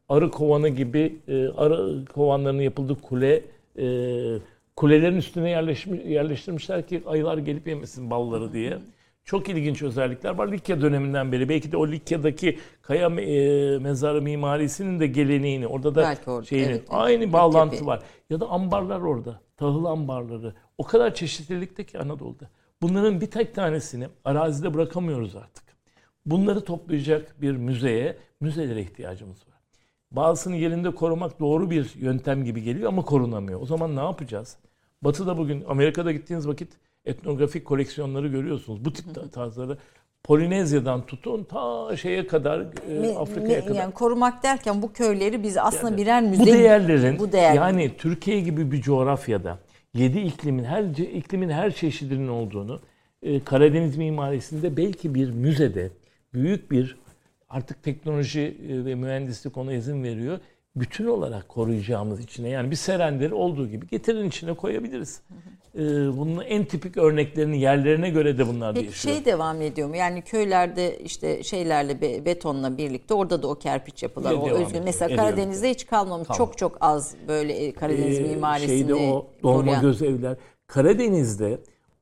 arı kovanı gibi e, arı kovanlarının yapıldığı kule, e, kulelerin üstüne yerleşmiş, yerleştirmişler ki ayılar gelip yemesin balları diye. Çok ilginç özellikler var Likya döneminden beri. Belki de o Likya'daki kaya e, mezarı mimarisinin de geleneğini, orada da orada, şeyini, evet, aynı evet, bağlantı Likya var. Ya da ambarlar orada, tahıl ambarları. O kadar çeşitlilikte ki Anadolu'da. Bunların bir tek tanesini arazide bırakamıyoruz artık. Bunları toplayacak bir müzeye, müzelere ihtiyacımız var. Bazısını yerinde korumak doğru bir yöntem gibi geliyor ama korunamıyor. O zaman ne yapacağız? Batı'da bugün, Amerika'da gittiğiniz vakit etnografik koleksiyonları görüyorsunuz. Bu tip tarzları Polinezya'dan tutun ta şeye kadar, e, Afrika'ya kadar. Yani korumak derken bu köyleri biz aslında Yani, birer müze. Bu değerlerin, bu değerlerin. yani Türkiye gibi bir coğrafyada yedi iklimin her iklimin her çeşidinin olduğunu, e, Karadeniz mimarisinde belki bir müzede büyük bir, artık teknoloji ve mühendislik ona izin veriyor, bütün olarak koruyacağımız içine, yani bir Serender'i olduğu gibi getirin içine koyabiliriz. Ee, bunun en tipik örneklerini yerlerine göre de bunlar Peki değişiyor. şey devam ediyor mu? Yani köylerde işte şeylerle be, betonla birlikte orada da o kerpiç yapılar. Ve o devam özgün. ediyor. Mesela Ediyor. Karadeniz'de hiç kalmamış. Kalmadı. Çok çok az böyle Karadeniz Ee, mimarisini şeyde o dolma koruyan. göz evler. Karadeniz'de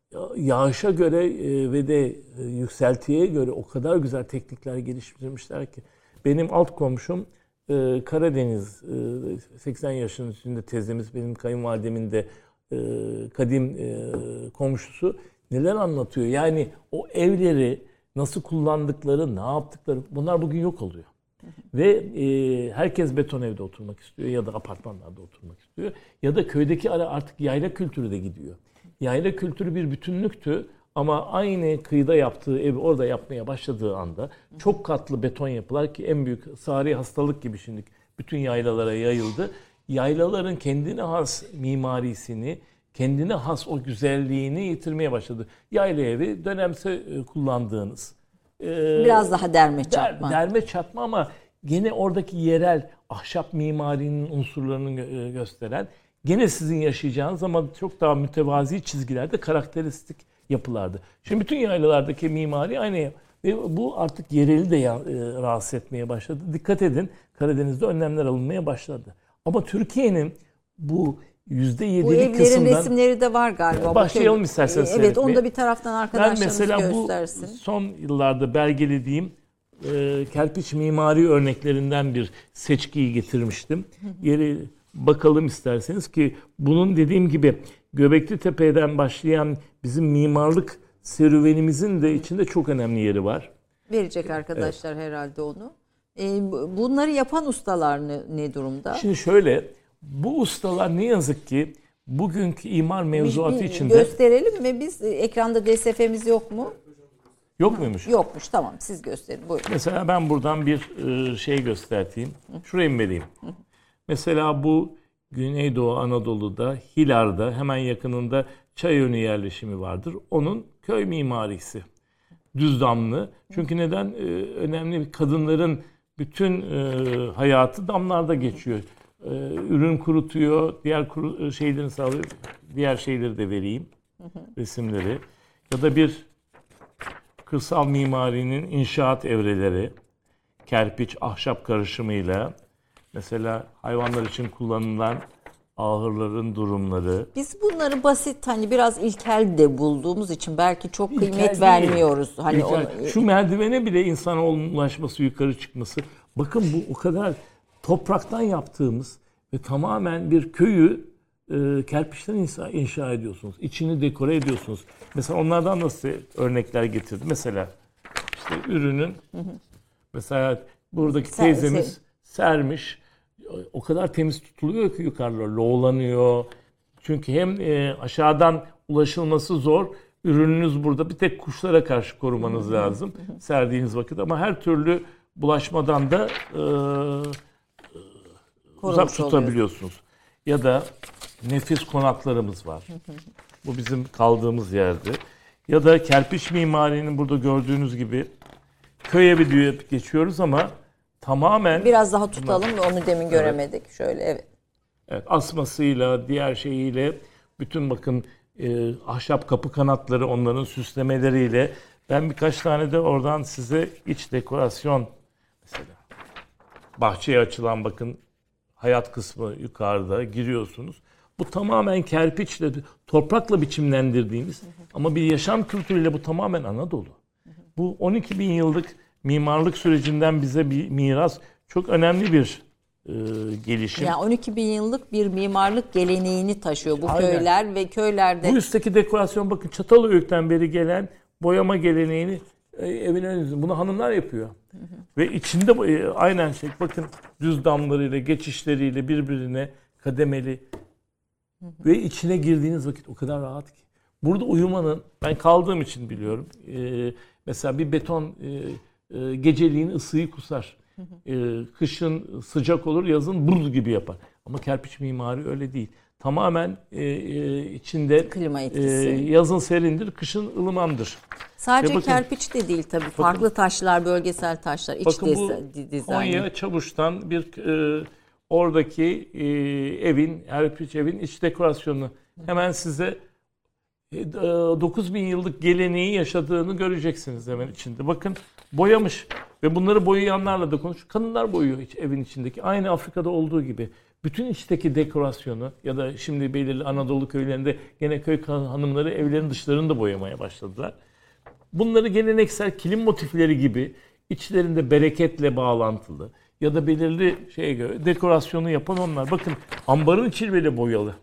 yağışa göre e, ve de e, yükseltiye göre o kadar güzel teknikler geliştirmişler ki. Benim alt komşum e, Karadeniz, e, seksen yaşının üstünde teyzemiz, benim kayınvalidemin de e, kadim e, komşusu neler anlatıyor. Yani o evleri nasıl kullandıkları, ne yaptıkları, bunlar bugün yok oluyor. Ve e, herkes beton evde oturmak istiyor ya da apartmanlarda oturmak istiyor. Ya da köydeki ara artık yayla kültürü de gidiyor. Yayla kültürü bir bütünlüktü ama aynı kıyıda yaptığı evi orada yapmaya başladığı anda çok katlı beton yapılar, ki en büyük sari hastalık gibi şimdi bütün yaylalara yayıldı. Yaylaların kendine has mimarisini, kendine has o güzelliğini yitirmeye başladı. Yayla evi dönemse kullandığınız. Biraz daha derme çatma. Der, derme çatma ama gene oradaki yerel ahşap mimarinin unsurlarını gö- gösteren, gene sizin yaşayacağınız ama çok daha mütevazi çizgilerde karakteristik yapılardı. Şimdi bütün yaylalardaki mimari aynı ve bu artık yereli de ya, e, rahatsız etmeye başladı. Dikkat edin, Karadeniz'de önlemler alınmaya başladı. Ama Türkiye'nin bu yüzde yedilik Bu evlerin kısımdan resimleri de var galiba. başlayalım Bu isterseniz Evet, seyretmeye. onu da bir taraftan arkadaşlarımız ben mesela göstersin. Bu son yıllarda belgelediğim e, kerpiç mimari örneklerinden bir seçkiyi getirmiştim. Yeri bakalım isterseniz ki bunun dediğim gibi Göbekli Tepe'den başlayan bizim mimarlık serüvenimizin de içinde çok önemli yeri var. Verecek arkadaşlar evet. herhalde onu. E, bunları yapan ustalar ne, ne durumda? Şimdi şöyle, bu ustalar ne yazık ki bugünkü imar mevzuatı bir, bir içinde... Gösterelim mi? Biz ekranda D S F'miz yok mu? Yok muymuş? Yokmuş, tamam, siz gösterin. Buyurun. Mesela ben buradan bir şey göstereyim. Şurayı mı vereyim? Mesela bu Güneydoğu Anadolu'da, Hilar'da hemen yakınında Çayönü yerleşimi vardır. Onun köy mimarisi. Düzdamlı. Çünkü neden? Ee, önemli kadınların bütün e, hayatı damlarda geçiyor. Ee, ürün kurutuyor, diğer kuru, şeylerini sağlıyor. Diğer şeyleri de vereyim. Resimleri. Ya da bir kırsal mimarinin inşaat evreleri. Kerpiç, ahşap karışımıyla. Mesela hayvanlar için kullanılan ahırların durumları. Biz bunları basit, hani biraz ilkel de bulduğumuz için belki çok İlkel kıymet değil. vermiyoruz. Hani İlkel. onu... Şu merdivene bile insana ulaşması, yukarı çıkması. Bakın bu o kadar topraktan yaptığımız ve tamamen bir köyü e, kerpiçten inşa, inşa ediyorsunuz. İçini dekore ediyorsunuz. Mesela onlardan nasıl örnekler getirdim? Mesela işte ürünün hı hı. mesela buradaki Ser, teyzemiz ser. sermiş. O kadar temiz tutuluyor ki yukarılar loğlanıyor. Çünkü hem e, aşağıdan ulaşılması zor. Ürününüz burada, bir tek kuşlara karşı korumanız lazım serdiğiniz vakit. Ama her türlü bulaşmadan da e, uzak tutabiliyorsunuz. Ya da nefis konaklarımız var. Bu bizim kaldığımız yerde. Ya da kerpiç mimarinin burada gördüğünüz gibi köy evi diye geçiyoruz ama tamamen... Biraz daha tutalım da onu demin göremedik. Evet. Şöyle evet. Evet, asmasıyla, diğer şeyiyle, bütün bakın e, ahşap kapı kanatları, onların süslemeleriyle. Ben birkaç tane de oradan size iç dekorasyon mesela. bahçeye açılan bakın hayat kısmı yukarıda giriyorsunuz. Bu tamamen kerpiçle, toprakla biçimlendirdiğimiz ama bir yaşam kültürüyle bu tamamen Anadolu. Bu on iki bin yıllık mimarlık sürecinden bize bir miras, çok önemli bir e, gelişim. Yani on iki bin yıllık bir mimarlık geleneğini taşıyor bu Aynen. köyler ve köylerde. Bu üstteki dekorasyon bakın Çatalhöyük'ten beri gelen boyama geleneğini e, evin önünde. Bunu hanımlar yapıyor. Hı hı. Ve içinde e, aynen şey bakın düz damlarıyla, geçişleriyle birbirine kademeli. Hı hı. Ve içine girdiğiniz vakit o kadar rahat ki. Burada uyumanın, ben kaldığım için biliyorum. E, mesela bir beton e, e, geceliğin ısıyı kusar. Hı hı. E, kışın sıcak olur, yazın buz gibi yapar. Ama kerpiç mimari öyle değil. Tamamen e, e, içinde klima etkisi. E, yazın serindir, kışın ılımandır. Sadece bakın, kerpiç de değil tabii. Bakın, farklı taşlar, bölgesel taşlar, iç bakın bu dizaynı. Konya Çavuş'tan bir e, oradaki e, evin, kerpiç evin iç dekorasyonu. Hemen size e, dokuz bin yıllık geleneği yaşadığını göreceksiniz hemen içinde. Bakın boyamış ve bunları boyayanlarla da konuş. Kadınlar boyuyor iç, evin içindeki. Aynı Afrika'da olduğu gibi. Bütün içteki dekorasyonu ya da şimdi belirli Anadolu köylerinde gene köy hanımları evlerin dışlarını da boyamaya başladılar. Bunları geleneksel kilim motifleri gibi içlerinde bereketle bağlantılı ya da belirli şeye göre dekorasyonu yapan onlar. Bakın ambarın içi bile boyalı.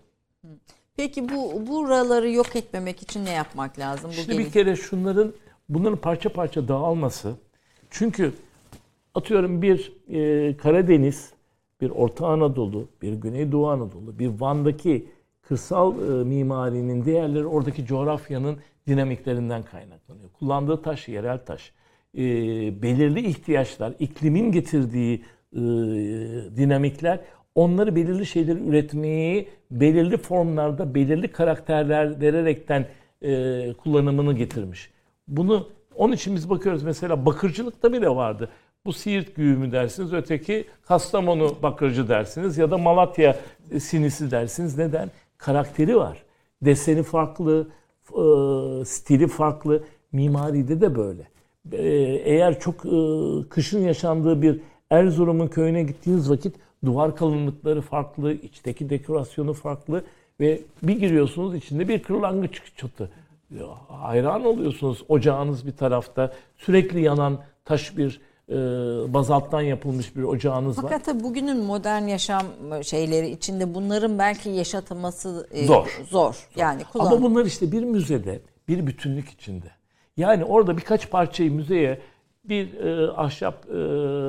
Peki bu buraları yok etmemek için ne yapmak lazım? Bu Şimdi gelin... bir kere şunların bunların parça parça dağılması. Çünkü atıyorum bir e, Karadeniz, bir Orta Anadolu, bir Güneydoğu Anadolu, bir Van'daki kırsal e, mimarinin değerleri oradaki coğrafyanın dinamiklerinden kaynaklanıyor. Kullandığı taş yerel taş. E, belirli ihtiyaçlar, iklimin getirdiği e, dinamikler onları belirli şeyleri üretmeyi belirli formlarda, belirli karakterler vererekten e, kullanımını getirmiş. Bunu onun için biz bakıyoruz mesela bakırcılıkta bile vardı. Bu Siirt güğümü dersiniz, öteki Kastamonu bakırcı dersiniz ya da Malatya sinisi dersiniz. Neden? Karakteri var. Deseni farklı, e, stili farklı. Mimaride de böyle. E, eğer çok e, kışın yaşandığı bir Erzurum'un köyüne gittiğiniz vakit duvar kalınlıkları farklı, içteki dekorasyonu farklı ve bir giriyorsunuz içinde bir kırlangıç çatı. Ya, hayran oluyorsunuz. Ocağınız bir tarafta, sürekli yanan taş bir e, bazalttan yapılmış bir ocağınız Fakat var. Fakat tabii bugünün modern yaşam şeyleri içinde bunların belki yaşatılması e, zor. Zor. Yani kullan- Ama bunlar işte bir müzede bir bütünlük içinde. Yani orada birkaç parçayı müzeye bir e, ahşap e,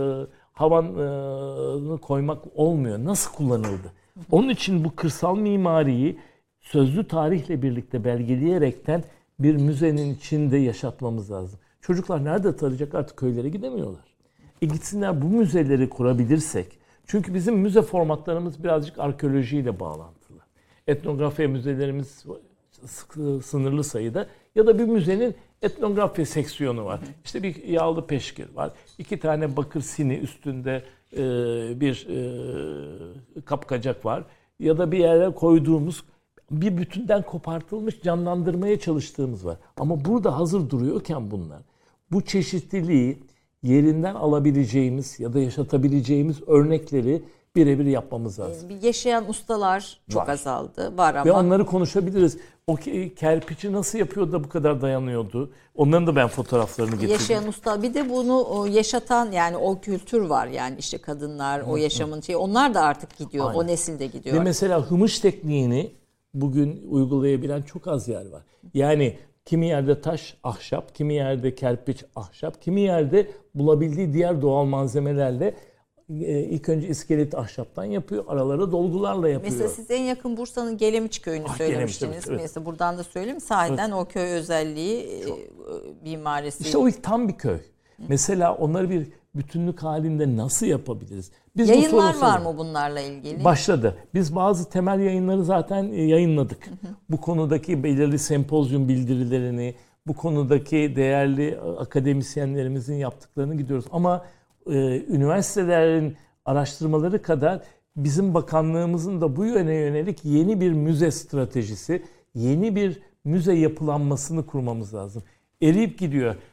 havanı koymak olmuyor. Nasıl kullanıldı? Onun için bu kırsal mimariyi sözlü tarihle birlikte belgeleyerekten bir müzenin içinde yaşatmamız lazım. Çocuklar nerede tarayacak, artık köylere gidemiyorlar. E gitsinler, bu müzeleri kurabilirsek. Çünkü bizim müze formatlarımız birazcık arkeolojiyle bağlantılı. Etnografya müzelerimiz sınırlı sayıda ya da bir müzenin etnografya seksiyonu var. İşte bir yağlı peşkir var. İki tane bakır sini üstünde e, bir e, kapkacak var. Ya da bir yere koyduğumuz bir bütünden kopartılmış canlandırmaya çalıştığımız var. Ama burada hazır duruyorken bunlar, bu çeşitliliği yerinden alabileceğimiz ya da yaşatabileceğimiz örnekleri birebir yapmamız lazım. Bir yaşayan ustalar çok var. azaldı. Var ama. Ve onları konuşabiliriz. O kerpiçi nasıl yapıyordu da bu kadar dayanıyordu? Onların da ben fotoğraflarını getirdim. Yaşayan usta. Bir de bunu yaşatan yani o kültür var. Yani işte kadınlar, o yaşamın şeyi. Onlar da artık gidiyor. Aynen. O nesilde gidiyor. Ve mesela hımış tekniğini bugün uygulayabilen çok az yer var. Yani kimi yerde taş, ahşap, kimi yerde kerpiç, ahşap, kimi yerde bulabildiği diğer doğal malzemelerle ilk önce iskelet ahşaptan yapıyor, aralara dolgularla yapıyor. Mesela siz en yakın Bursa'nın Gelemiç köyünü ah, söylemiştiniz. Evet, evet. Mesela buradan da söyleyeyim. Sahiden evet. O köy özelliği, çok. mimarisi. İşte o tam bir köy. Hı. Mesela onları bir bütünlük halinde nasıl yapabiliriz? Biz Yayınlar var mı bunlarla ilgili? Başladı. Biz bazı temel yayınları zaten yayınladık. Hı hı. Bu konudaki belirli sempozyum bildirilerini, bu konudaki değerli akademisyenlerimizin yaptıklarını gidiyoruz. Ama e, üniversitelerin araştırmaları kadar bizim bakanlığımızın da bu yöne yönelik yeni bir müze stratejisi, yeni bir müze yapılanmasını kurmamız lazım. Eriyip gidiyor.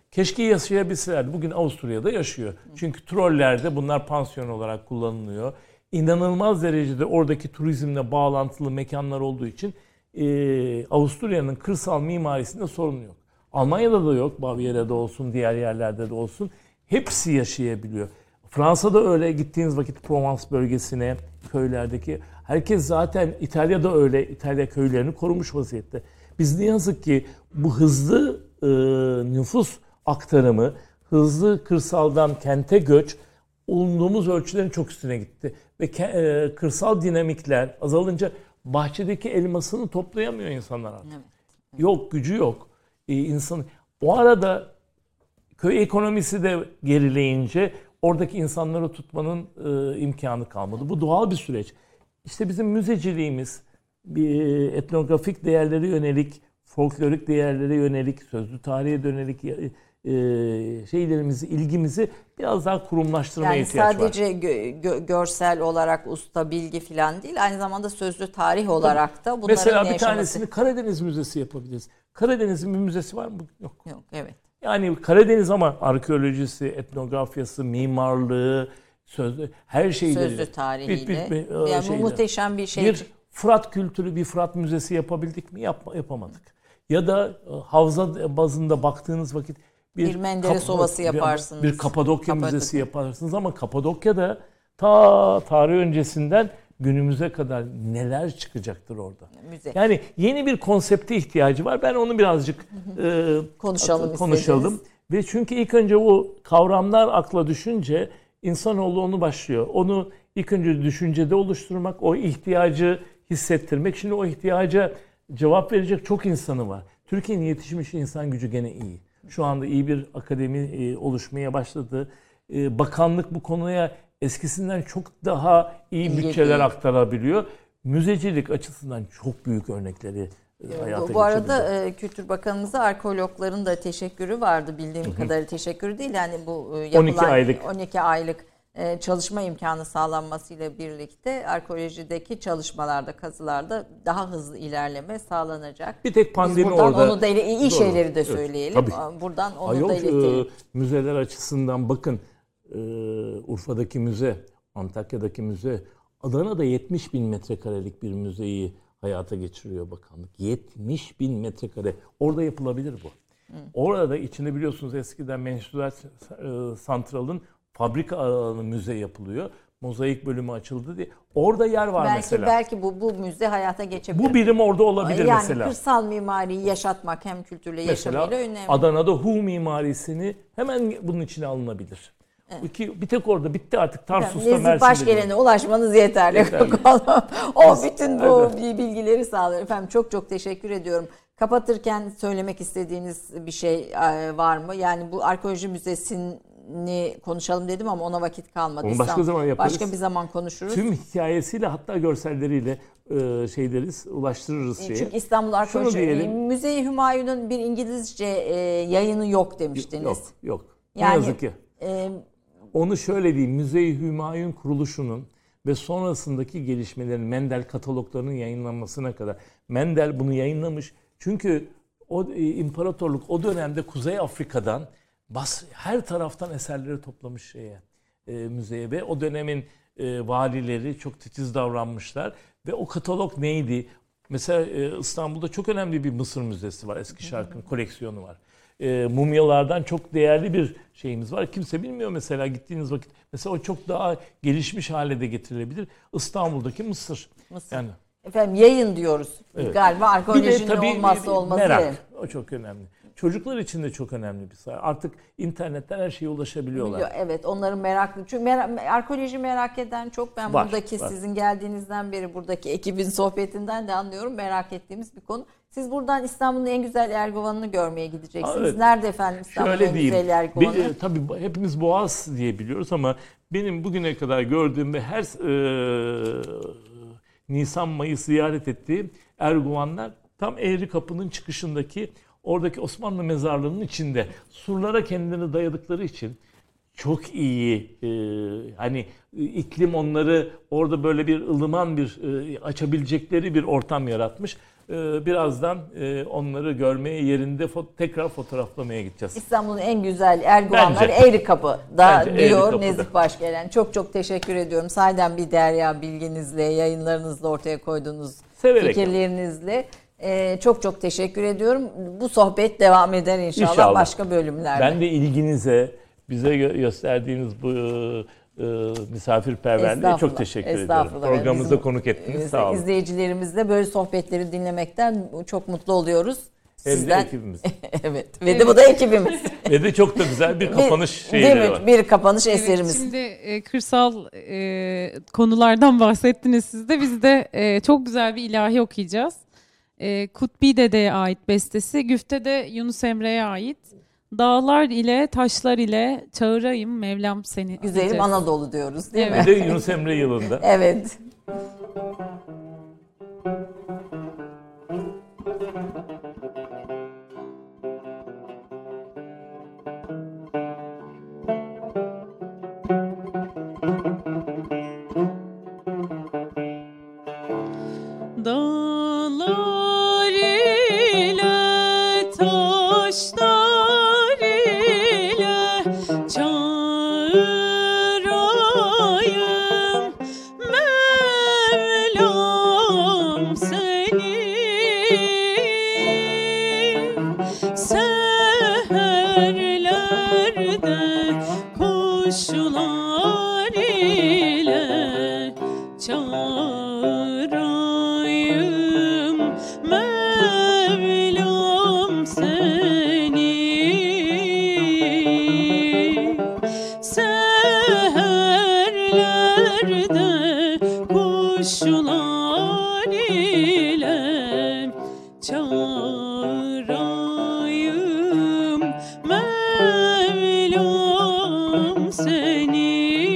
Keşke yaşayabilselerdi. Bugün Avusturya'da yaşıyor. Çünkü trollerde bunlar pansiyon olarak kullanılıyor. İnanılmaz derecede oradaki turizmle bağlantılı mekanlar olduğu için e, Avusturya'nın kırsal mimarisinde sorun yok. Almanya'da da yok. Bavyera'da olsun, diğer yerlerde de olsun. Hepsi yaşayabiliyor. Fransa'da öyle. Gittiğiniz vakit Provence bölgesine, köylerdeki herkes zaten İtalya'da öyle. İtalya köylerini korumuş vaziyette. Biz ne yazık ki bu hızlı e, nüfus aktarımı, hızlı kırsaldan kente göç umduğumuz ölçülerin çok üstüne gitti. Ve ke, e, kırsal dinamikler azalınca bahçedeki elmasını toplayamıyor insanlar artık. Evet. Yok, gücü yok. Ee, insan o arada köy ekonomisi de gerileyince oradaki insanları tutmanın e, imkanı kalmadı. Bu doğal bir süreç. İşte bizim müzeciliğimiz, bir etnografik değerlere yönelik, folklorik değerlere yönelik, sözlü tarihe yönelik e, şeylerimizi, ilgimizi biraz daha kurumlaştırmaya yani ihtiyaç var. Yani sadece gö- gö- görsel olarak usta, bilgi falan değil, aynı zamanda sözlü tarih olarak da bunların mesela bir yaşaması. tanesini Karadeniz Müzesi yapabiliriz. Karadeniz'in bir müzesi var mı? Yok. Yok, evet. Yani Karadeniz ama arkeolojisi, etnografyası, mimarlığı, sözlü her şeyleri. Sözlü tarihiyle. Bir, bir, bir, yani şeyle. muhteşem bir şey. Bir Fırat kültürü, bir Fırat müzesi yapabildik mi? Yap, yapamadık. Ya da havza bazında baktığınız vakit bir, bir Menderes Kap- Ovası yaparsınız. Bir Kapadokya Kapadokya Müzesi yaparsınız ama Kapadokya'da ta tarih öncesinden günümüze kadar neler çıkacaktır orada. Müze. Yani yeni bir konsepte ihtiyacı var. Ben onu birazcık e, konuşalım konuşalım. Ve çünkü ilk önce o kavramlar akla düşünce insanoğlu onu başlıyor. Onu ilk önce düşüncede oluşturmak, o ihtiyacı hissettirmek. Şimdi o ihtiyaca cevap verecek çok insanı var. Türkiye'nin yetişmiş insan gücü gene iyi. Şu anda iyi bir akademi oluşmaya başladı. Bakanlık bu konuya eskisinden çok daha iyi bütçeler aktarabiliyor. Müzecilik açısından çok büyük örnekleri hayata geçirdi. Bu arada e, Kültür Bakanımıza arkeologların da teşekkürü vardı bildiğim kadarıyla. Teşekkürü değil, yani bu e, yapılan on iki aylık, on iki aylık e, çalışma imkanı sağlanmasıyla birlikte arkeolojideki çalışmalarda, kazılarda daha hızlı ilerleme sağlanacak. Bir tek pandemi Biz buradan orada. Onu da, iyi doğru, şeyleri de söyleyelim. Evet, buradan onu Ayol, da iletelim. E, müzeler açısından bakın. E, Urfa'daki müze, Antakya'daki müze, Adana'da yetmiş bin metrekarelik bir müzeyi hayata geçiriyor bakanlık. yetmiş bin metrekare. Orada yapılabilir bu. Hı. Orada içinde biliyorsunuz eskiden Mensulat e, Santral'ın fabrika alanı müze yapılıyor. Mozaik bölümü açıldı diye. Orada yer var belki, mesela. Belki bu bu müze hayata geçebilir. Bu birim orada olabilir yani mesela. Yani kırsal mimariyi yaşatmak hem kültürle yaşamayla önemli. Mesela Adana'da Hu mimarisini hemen bunun içine alınabilir. Evet. İki, bir tek orada bitti artık. Tarsus'ta, Mersin'de. Nezih Başgelen'e ulaşmanız yeterli. yeterli. O bütün bu bilgileri sağlıyor. Efendim çok çok teşekkür ediyorum. Kapatırken söylemek istediğiniz bir şey var mı? Yani bu arkeoloji müzesini konuşalım dedim ama ona vakit kalmadı. Onu başka zaman yaparız. Başka bir zaman konuşuruz. Tüm hikayesiyle, hatta görselleriyle şey deriz, ulaştırırız şeye. Çünkü İstanbul Arkeoloji Müze-i Hümayun'un bir İngilizce yayını yok demiştiniz. Yok, yok. Yani, ne yazık ki. E, Onu şöyle diyeyim, Müze-i Hümayun kuruluşunun ve sonrasındaki gelişmelerin, Mendel kataloglarının yayınlanmasına kadar. Mendel bunu yayınlamış. Çünkü o e, imparatorluk o dönemde Kuzey Afrika'dan bas, her taraftan eserleri toplamış şeye, e, müzeye ve o dönemin e, valileri çok titiz davranmışlar. Ve o katalog neydi? Mesela e, İstanbul'da çok önemli bir Mısır Müzesi var. Eskişark'ın koleksiyonu var. E, mumyalardan çok değerli bir şeyimiz var. Kimse bilmiyor mesela gittiğiniz vakit. Mesela o çok daha gelişmiş hale de getirilebilir. İstanbul'daki Mısır. Mısır. Yani. Efendim yayın diyoruz. Evet. Galiba arkeolojinin olmazsa olmazı. Merak. O çok önemli. Çocuklar için de çok önemli bir saha. Artık internetten her şeye ulaşabiliyorlar. Evet, onların meraklı. Çünkü merak, arkeoloji merak eden çok. Ben var, buradaki var. Sizin geldiğinizden beri buradaki ekibin sohbetinden de anlıyorum. Merak ettiğimiz bir konu. Siz buradan İstanbul'un en güzel Erguvan'ını görmeye gideceksiniz. Evet. Nerede efendim İstanbul'un Şöyle en diyeyim. güzel Erguvan'ı? Bir, tabii hepimiz Boğaz diye biliyoruz ama benim bugüne kadar gördüğüm ve her e, Nisan-Mayıs ziyaret ettiğim Erguvanlar tam Eğri Kapı'nın çıkışındaki oradaki Osmanlı mezarlığının içinde. Surlara kendilerini dayadıkları için çok iyi e, hani iklim onları orada böyle bir ılıman bir e, açabilecekleri bir ortam yaratmış. e, birazdan e, onları görmeye, yerinde fo- tekrar fotoğraflamaya gideceğiz. İstanbul'un en güzel Erguvanları Bence. Eğri Kapı'da Bence Eğri diyor Kapı'da. Nezih Başgelen. Çok çok teşekkür ediyorum. Sahiden bir derya bilginizle, yayınlarınızla ortaya koyduğunuz Severek. fikirlerinizle. Ee, çok çok teşekkür ediyorum. Bu sohbet devam eder inşallah, İnşallah. başka bölümlerde. Ben de ilginize, bize gö- gösterdiğiniz bu e, misafirperverliğe çok teşekkür ediyorum. Estağfurullah. Programımıza Bizim, konuk ettiniz. e, Sağ olun. İzleyicilerimizle böyle sohbetleri dinlemekten çok mutlu oluyoruz. Hem de Sizden... ekibimiz. Evet. Ve de bu da ekibimiz. Ve de çok da güzel bir kapanış Değil şeyleri mi? var. Bir kapanış Evet, eserimiz. şimdi e, kırsal e, konulardan bahsettiniz siz de. Biz de e, çok güzel bir ilahi okuyacağız. E, Kutbi Dede'ye ait bestesi. Güfte de Yunus Emre'ye ait. Dağlar ile taşlar ile çağırayım Mevlam seni. Güzelim diyeceğiz. Anadolu diyoruz değil Evet. mi? Bir de Yunus Emre yılında. Evet. Dağlar ile taşlar ile çağırayım Mevlam seni. Seherlerde kuşlar ile çağırayım Mevlam seni. Seherlerde kuşlar ile çağırayım Mevlam seni.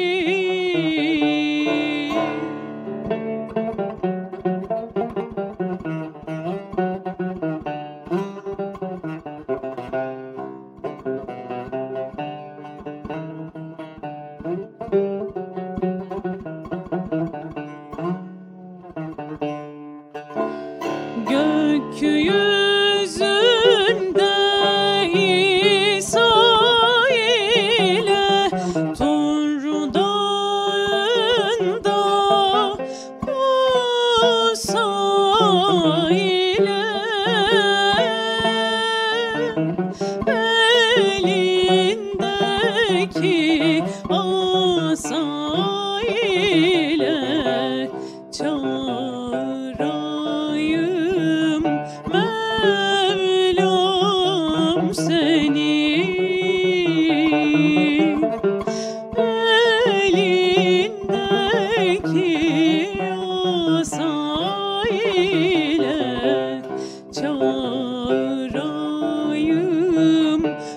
Gökyüzünde İsa ile Tur Dağı'nda Musa ile elindeki asa ile çağırayım Mevlam seni. Elindeki asa ile çağırayım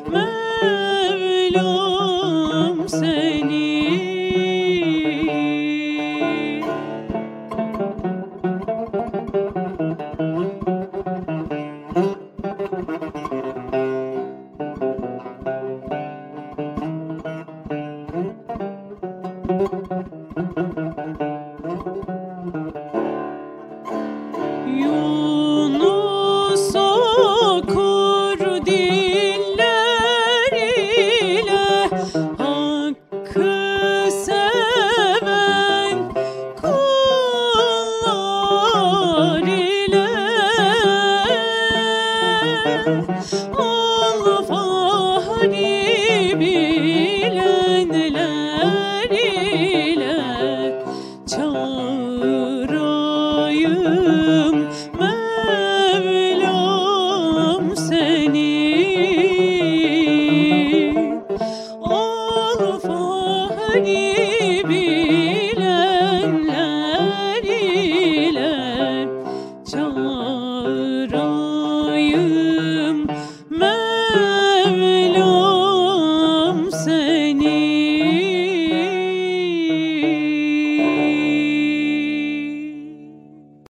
Mevlam seni. Yunus okur dilleriyle Hakkı seven kullar ile Al fahri bilenler ile çağırayım Mevlam seni. Al fahri